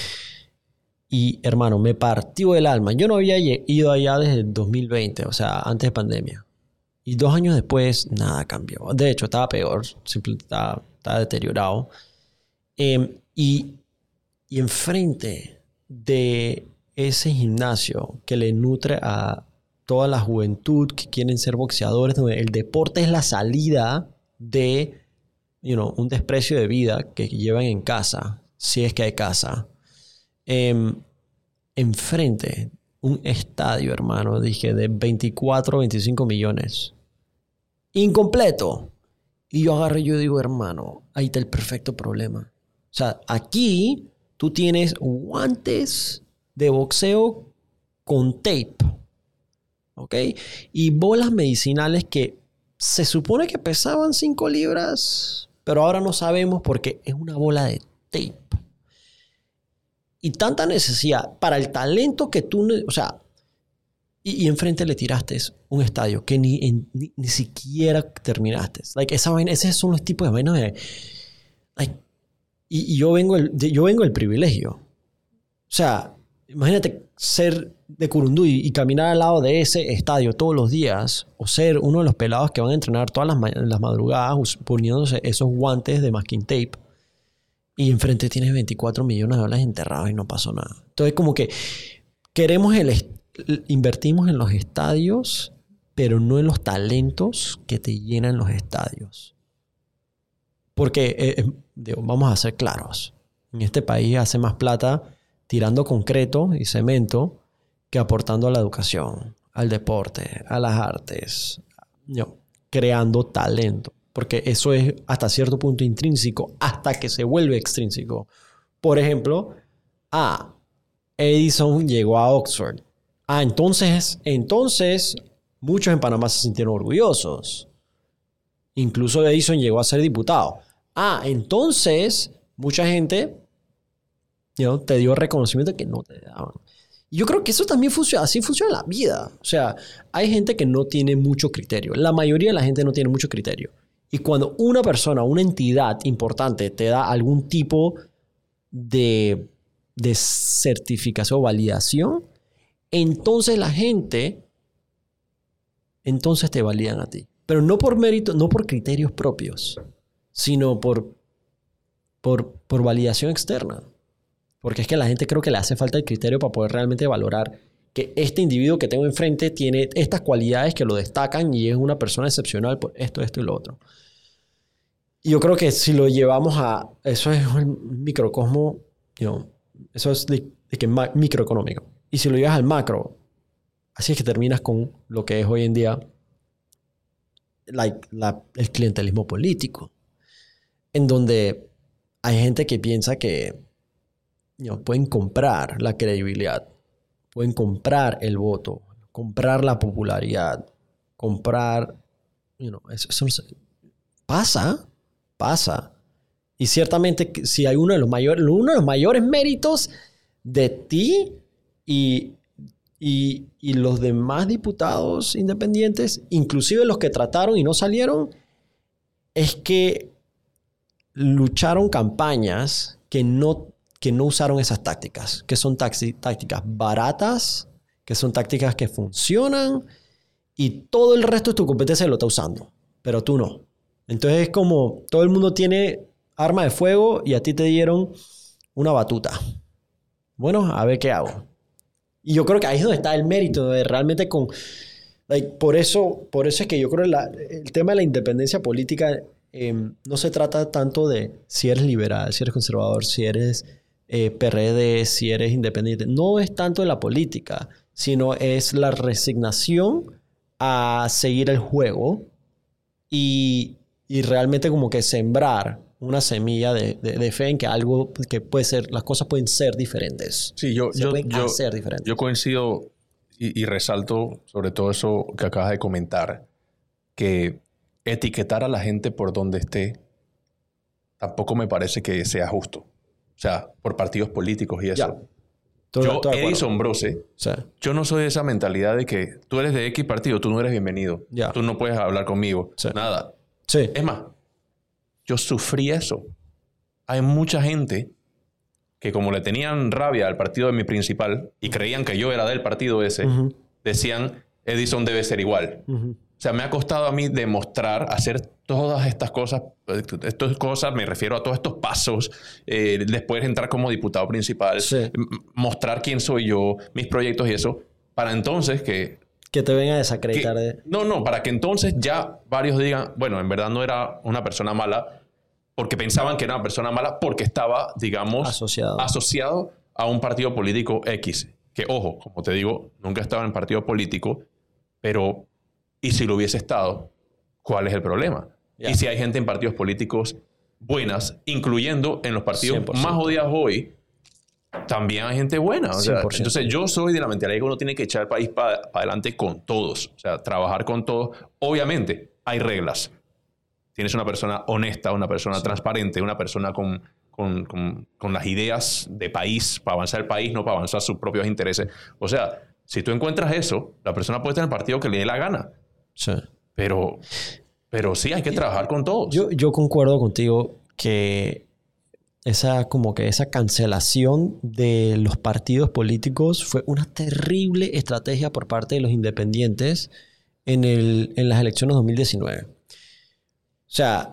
Y hermano, me partió el alma. Yo no había ido allá desde el 2020, o sea, antes de pandemia. Y 2 años después, nada cambió. De hecho, estaba peor, simplemente estaba deteriorado. Y enfrente de ese gimnasio que le nutre a toda la juventud que quieren ser boxeadores, donde el deporte es la salida de un desprecio de vida que llevan en casa, si es que hay casa. Enfrente, un estadio, hermano, dije, de 24 o 25 millones. Incompleto. Y yo agarro y yo digo, hermano, ahí está el perfecto problema. O sea, aquí tú tienes guantes de boxeo con tape, ¿ok? Y bolas medicinales que se supone que pesaban 5 libras, pero ahora no sabemos porque es una bola de tape. Y tanta necesidad para el talento que tú... O sea, y enfrente le tiraste un estadio que ni siquiera terminaste. Esos son los tipos de vainas de... Y yo vengo del privilegio. O sea, imagínate ser de Curundú y caminar al lado de ese estadio todos los días, o ser uno de los pelados que van a entrenar todas las madrugadas poniéndose esos guantes de masking tape, y enfrente tienes 24 millones de dólares enterrados y no pasó nada. Entonces, como que invertimos en los estadios, pero no en los talentos que te llenan los estadios. Porque, vamos a ser claros, en este país hace más plata tirando concreto y cemento que aportando a la educación, al deporte, a las artes, creando talento. Porque eso es hasta cierto punto intrínseco, hasta que se vuelve extrínseco. Por ejemplo, Edison llegó a Oxford. Entonces muchos en Panamá se sintieron orgullosos. Incluso Edison llegó a ser diputado. Entonces mucha gente te dio reconocimiento que no te daban. Y yo creo que eso también funciona, así funciona la vida. O sea, hay gente que no tiene mucho criterio. La mayoría de la gente no tiene mucho criterio. Y cuando una persona, una entidad importante te da algún tipo de certificación o validación, entonces la gente, entonces te validan a ti. Pero no por mérito, no por criterios propios, sino por validación externa. Porque es que a la gente creo que le hace falta el criterio para poder realmente valorar que este individuo que tengo enfrente tiene estas cualidades que lo destacan y es una persona excepcional por esto, esto y lo otro. Y yo creo que si lo llevamos a... Eso es un microcosmo, eso es de que microeconómico. Y si lo llevas al macro, así es que terminas con lo que es hoy en día el clientelismo político. En donde hay gente que piensa que pueden comprar la credibilidad, pueden comprar el voto, comprar la popularidad, comprar... eso pasa. Y ciertamente si hay uno de los mayores méritos de ti y los demás diputados independientes, inclusive los que trataron y no salieron, es que lucharon campañas que no usaron esas tácticas, que son tácticas baratas, que son tácticas que funcionan y todo el resto de tu competencia lo está usando, pero tú no. Entonces es como todo el mundo tiene arma de fuego y a ti te dieron una batuta. Bueno, a ver qué hago. Y yo creo que ahí es donde está el mérito de realmente por eso es que yo creo que el tema de la independencia política no se trata tanto de si eres liberal, si eres conservador, si eres PRD, si eres independiente. No es tanto de la política, sino es la resignación a seguir el juego y realmente como que sembrar una semilla de fe en que algo que puede ser, las cosas pueden ser diferentes. Sí, yo coincido y resalto sobre todo eso que acabas de comentar, que etiquetar a la gente por donde esté tampoco me parece que sea justo. O sea, por partidos políticos y eso. Yo, Edison Brose, sí. Yo no soy de esa mentalidad de que tú eres de X partido, tú no eres bienvenido. Yeah. Tú no puedes hablar conmigo. Sí. Nada. Sí. Es más, yo sufrí eso. Hay mucha gente que como le tenían rabia al partido de mi principal y creían que yo era del partido ese, decían, Edison debe ser igual. O sea, me ha costado a mí demostrar, hacer todas estas cosas, me refiero a todos estos pasos, después entrar como diputado principal, sí. Mostrar quién soy yo, mis proyectos y eso, para entonces que te vengan a desacreditar. Para que entonces ya varios digan, bueno, en verdad no era una persona mala, porque pensaban que era una persona mala porque estaba, digamos, asociado a un partido político X. Que, ojo, como te digo, nunca estaba en partido político, pero... ¿Y si lo hubiese estado? ¿Cuál es el problema? Yeah. Y si hay gente en partidos políticos buenas, incluyendo en los partidos 100%. Más odiados hoy, también hay gente buena. O sea, entonces yo soy de la mentalidad que uno tiene que echar el país para adelante con todos. O sea, trabajar con todos. Obviamente, hay reglas. Tienes una persona honesta, una persona transparente, una persona con las ideas de país, para avanzar el país, no para avanzar sus propios intereses. O sea, si tú encuentras eso, la persona puede estar en el partido que le dé la gana. Sí. Pero sí, hay que trabajar con todos. Yo concuerdo contigo que esa cancelación de los partidos políticos fue una terrible estrategia por parte de los independientes en las elecciones 2019. O sea,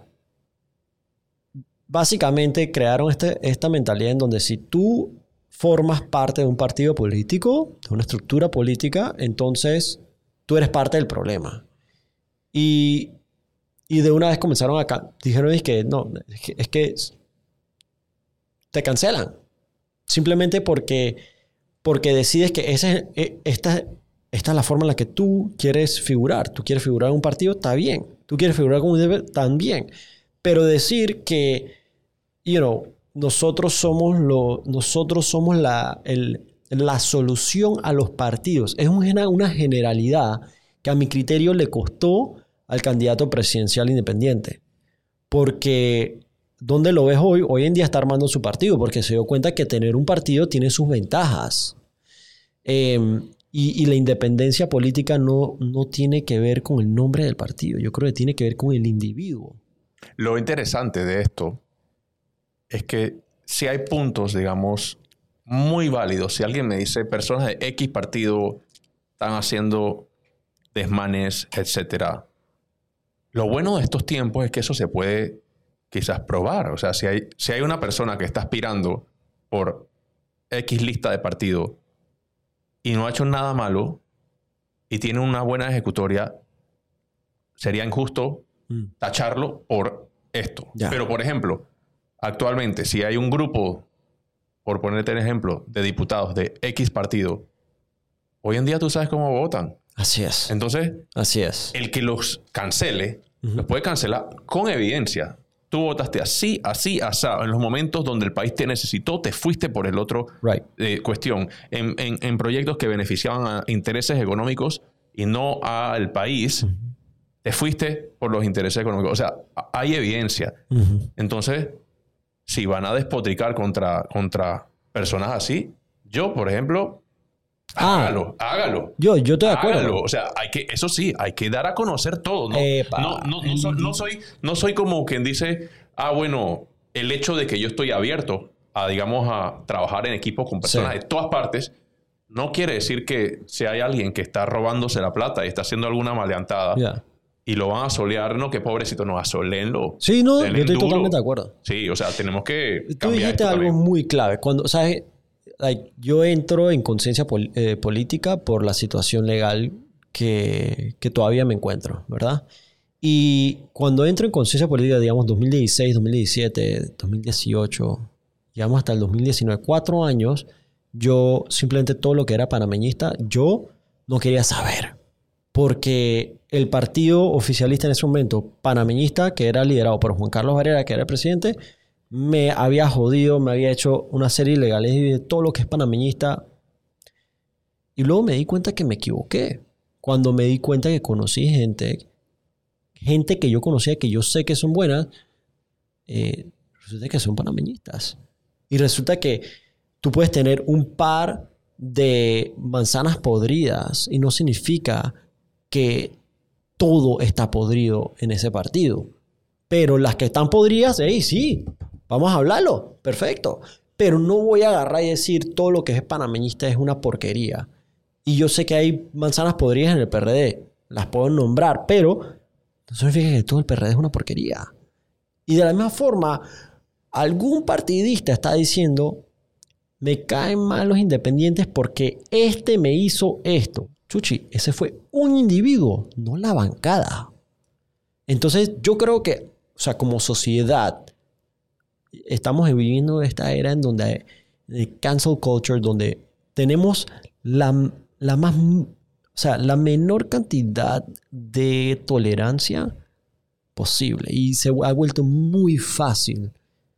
básicamente crearon esta mentalidad en donde si tú formas parte de un partido político, de una estructura política, entonces tú eres parte del problema. Y de una vez comenzaron dijeron es que te cancelan. Simplemente porque decides que esta es la forma en la que tú quieres figurar. Tú quieres figurar en un partido, está bien. Tú quieres figurar como un independiente, también. Pero decir que, nosotros somos la solución a los partidos. Es una generalidad que a mi criterio le costó al candidato presidencial independiente. Porque, ¿dónde lo ves hoy? Hoy en día está armando su partido porque se dio cuenta que tener un partido tiene sus ventajas. Y la independencia política no tiene que ver con el nombre del partido. Yo creo que tiene que ver con el individuo. Lo interesante de esto es que si hay puntos, digamos, muy válidos. Si alguien me dice personas de X partido están haciendo desmanes, etcétera. Lo bueno de estos tiempos es que eso se puede quizás probar. O sea, si hay una persona que está aspirando por X lista de partido y no ha hecho nada malo y tiene una buena ejecutoria, sería injusto tacharlo por esto. Ya. Pero, por ejemplo, actualmente, si hay un grupo, por ponerte el ejemplo, de diputados de X partido, hoy en día tú sabes cómo votan. Así es. Entonces, así es. El que los cancele, los puede cancelar con evidencia. Tú votaste así, así, así. En los momentos donde el país te necesitó, te fuiste por el otro cuestión. En proyectos que beneficiaban a intereses económicos y no al país, te fuiste por los intereses económicos. O sea, hay evidencia. Entonces, si van a despotricar contra personas así, yo, por ejemplo, hágalo. Yo estoy de acuerdo. Hágalo. O sea, eso sí, hay que dar a conocer todo. No soy como quien dice, bueno, el hecho de que yo estoy abierto a, digamos, a trabajar en equipo con personas de todas partes, no quiere decir que si hay alguien que está robándose la plata y está haciendo alguna maleantada y lo van a solear, no, que pobrecito, no, asoléenlo. Sí, no, yo estoy totalmente de acuerdo. Sí, o sea, tenemos que Tú dijiste algo muy clave. Cuando, ¿sabes? Yo entro en conciencia política por la situación legal que todavía me encuentro, ¿verdad? Y cuando entro en conciencia política, digamos, 2016, 2017, 2018, llegamos hasta el 2019, 4 años, yo simplemente todo lo que era panameñista, yo no quería saber. Porque el partido oficialista en ese momento, panameñista, que era liderado por Juan Carlos Varela, que era el presidente, me había jodido, me había hecho una serie de ilegalidades de todo lo que es panameñista. Y luego me di cuenta que me equivoqué. Cuando me di cuenta que conocí gente que yo conocía, que yo sé que son buenas, resulta que son panameñistas. Y resulta que tú puedes tener un par de manzanas podridas y no significa que todo está podrido en ese partido. Pero las que están podridas, sí, vamos a hablarlo, perfecto. Pero no voy a agarrar y decir todo lo que es panameñista es una porquería. Y yo sé que hay manzanas podridas en el PRD, las puedo nombrar, pero no significa que todo el PRD es una porquería. Y de la misma forma, algún partidista está diciendo, me caen mal los independientes porque este me hizo esto. Chuchi, ese fue un individuo, no la bancada. Entonces yo creo que, o sea, como sociedad, estamos viviendo esta era en donde de cancel culture, donde tenemos la menor cantidad de tolerancia posible. Y se ha vuelto muy fácil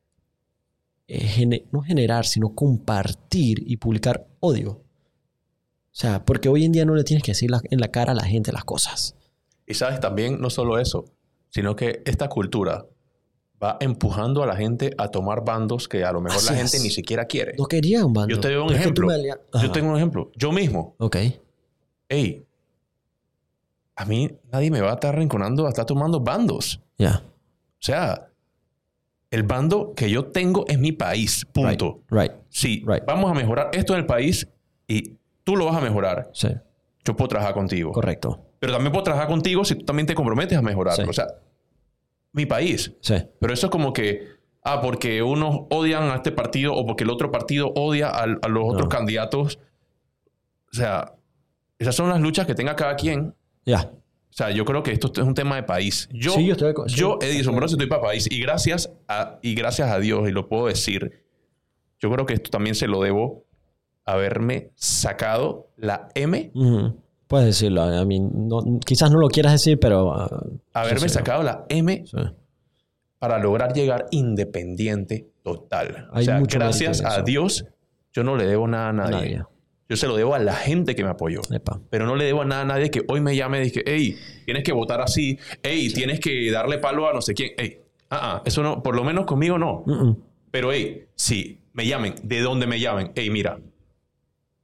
no generar, sino compartir y publicar odio. O sea, porque hoy en día no le tienes que decir en la cara a la gente las cosas. Y sabes, también no solo eso, sino que esta cultura va empujando a la gente a tomar bandos que a lo mejor la gente ni siquiera quiere. No quería un bando. Yo te doy un ejemplo. Yo tengo un ejemplo. Yo mismo. Ok. Hey, a mí nadie me va a estar rinconando a estar tomando bandos. Ya. O sea, el bando que yo tengo es mi país. Punto. Right. Sí, vamos a mejorar esto en el país y tú lo vas a mejorar. Sí. Yo puedo trabajar contigo. Correcto. Pero también puedo trabajar contigo si tú también te comprometes a mejorarlo. Sí. O sea, mi país. Sí. Pero eso es como que, porque unos odian a este partido o porque el otro partido odia a los otros candidatos. O sea, esas son las luchas que tenga cada quien. Ya. O sea, yo creo que esto es un tema de país. Yo, Edison Bros, estoy para país. Y gracias a Dios, y lo puedo decir, yo creo que esto también se lo debo haberme sacado la M. Puedes decirlo. A mí, quizás no lo quieras decir, pero... haberme sacado la M para lograr llegar independiente total. O sea, gracias a Dios, yo no le debo nada a nadie. Yo se lo debo a la gente que me apoyó. Epa. Pero no le debo a nadie que hoy me llame y diga, hey, tienes que votar así. Hey, tienes que darle palo a no sé quién. Hey, eso no, por lo menos conmigo no. Pero hey, si me llamen, de donde me llamen, hey, mira,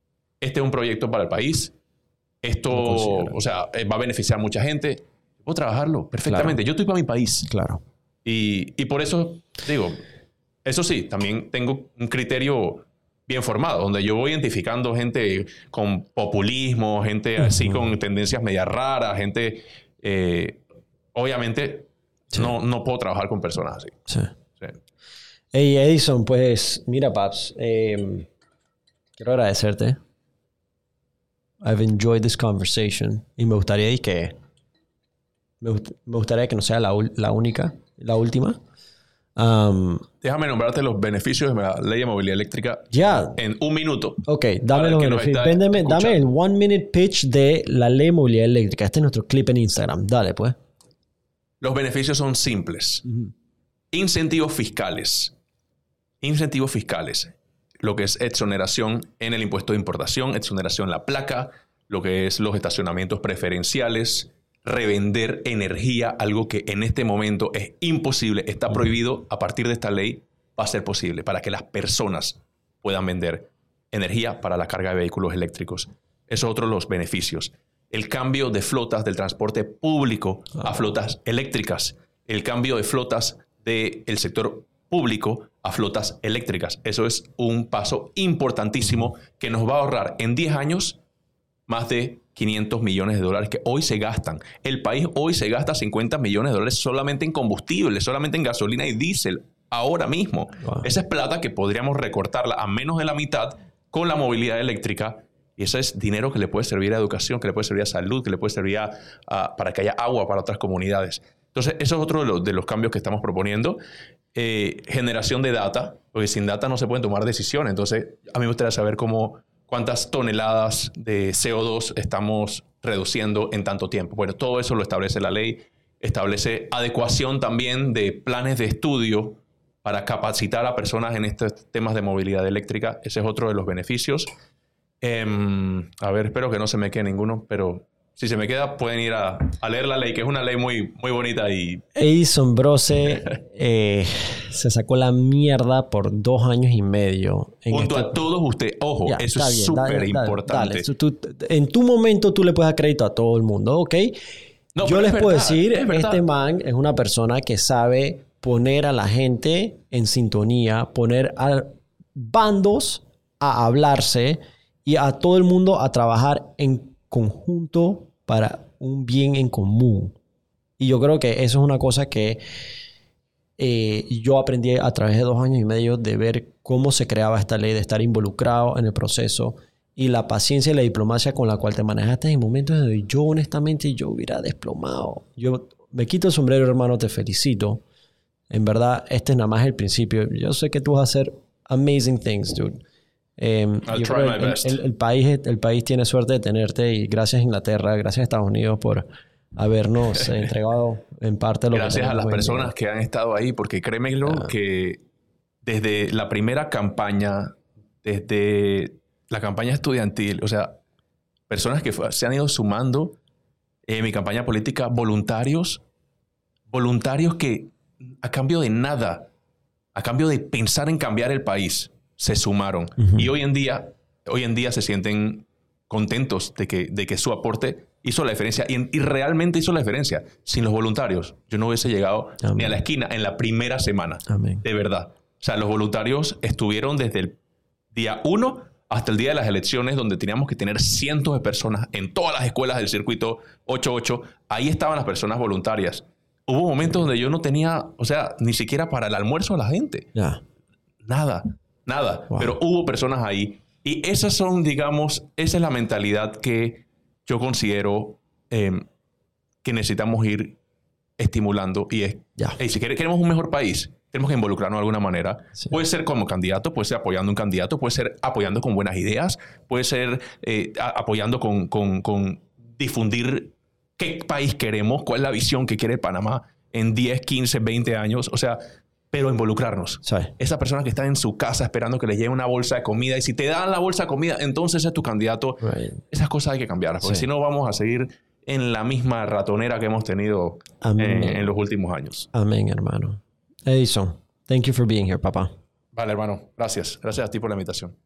este es un proyecto para el país, esto, o sea, va a beneficiar a mucha gente, puedo trabajarlo perfectamente. Claro. Yo estoy para mi país. Claro. Y por eso, digo, eso sí, también tengo un criterio bien formado, donde yo voy identificando gente con populismo, gente así con tendencias media raras, gente... obviamente, no puedo trabajar con personas así. Sí. Hey, Edison, pues, mira, Paps, quiero agradecerte. I've enjoyed this conversation. Y me gustaría que no sea la única, la última. Déjame nombrarte los beneficios de la ley de movilidad eléctrica en 1 minuto. Ok, dame los beneficios. Dame el 1 minute pitch de la ley de movilidad eléctrica. Este es nuestro clip en Instagram. Dale, pues. Los beneficios son simples. Incentivos fiscales. Incentivos fiscales. Lo que es exoneración en el impuesto de importación, exoneración en la placa, lo que es los estacionamientos preferenciales, revender energía, algo que en este momento es imposible, está prohibido. A partir de esta ley va a ser posible para que las personas puedan vender energía para la carga de vehículos eléctricos. Eso es otro de los beneficios. El cambio de flotas del transporte público a flotas eléctricas. El cambio de flotas del sector público a flotas eléctricas. Eso es un paso importantísimo que nos va a ahorrar en 10 años más de $500 millones que hoy se gastan. El país hoy se gasta $50 millones solamente en combustible, solamente en gasolina y diésel, ahora mismo. Wow. Esa es plata que podríamos recortarla a menos de la mitad con la movilidad eléctrica. Y ese es dinero que le puede servir a educación, que le puede servir a salud, que le puede servir para que haya agua para otras comunidades. Entonces, eso es otro de los cambios que estamos proponiendo. Generación de data, porque sin data no se pueden tomar decisiones. Entonces, a mí me gustaría saber cuántas toneladas de CO2 estamos reduciendo en tanto tiempo. Bueno, todo eso lo establece la ley. Establece adecuación también de planes de estudio para capacitar a personas en estos temas de movilidad eléctrica. Ese es otro de los beneficios. A ver, espero que no se me quede ninguno, pero si se me queda, pueden ir a leer la ley, que es una ley muy, muy bonita. Edison Brose se sacó la mierda por 2 años y medio. Junto a todos ustedes. Ojo, ya, eso es súper importante. En tu momento tú le puedes dar crédito a todo el mundo, ¿ok? No, yo les puedo decir, este man es una persona que sabe poner a la gente en sintonía, poner a bandos a hablarse y a todo el mundo a trabajar en conjunto para un bien en común. Y yo creo que eso es una cosa que yo aprendí a través de 2 años y medio de ver cómo se creaba esta ley, de estar involucrado en el proceso y la paciencia y la diplomacia con la cual te manejaste en momentos donde yo honestamente yo hubiera desplomado. Yo me quito el sombrero, hermano, te felicito. En verdad, este es nada más el principio. Yo sé que tú vas a hacer amazing things, dude. I'll try my best. El país tiene suerte de tenerte y gracias Inglaterra, gracias Estados Unidos por habernos entregado en parte lo gracias a las personas que han estado ahí, porque créemelo que desde la primera campaña, desde la campaña estudiantil, o sea, personas que se han ido sumando en mi campaña política, voluntarios que a cambio de nada, a cambio de pensar en cambiar el país, se sumaron. Y hoy en día se sienten contentos de que su aporte hizo la diferencia y realmente hizo la diferencia. Sin los voluntarios, yo no hubiese llegado ni a la esquina en la primera semana. De verdad. O sea, los voluntarios estuvieron desde el día 1 hasta el día de las elecciones, donde teníamos que tener cientos de personas en todas las escuelas del circuito 88. Ahí estaban las personas voluntarias. Hubo momentos donde yo no tenía, o sea, ni siquiera para el almuerzo a la gente. Nada. Wow. Pero hubo personas ahí. Y esas son, digamos, esa es la mentalidad que yo considero que necesitamos ir estimulando. Y es, si queremos un mejor país, tenemos que involucrarnos de alguna manera. Sí. Puede ser como candidato, puede ser apoyando a un candidato, puede ser apoyando con buenas ideas, puede ser apoyando con difundir qué país queremos, cuál es la visión que quiere Panamá en 10, 15, 20 años. O sea, pero involucrarnos. Sí. Esas personas que están en su casa esperando que les llegue una bolsa de comida y si te dan la bolsa de comida, entonces es tu candidato. Esas cosas hay que cambiarlas, porque si no vamos a seguir en la misma ratonera que hemos tenido en los últimos años. Amén, hermano. Edison, thank you for being here, papá. Vale, hermano. Gracias. Gracias a ti por la invitación.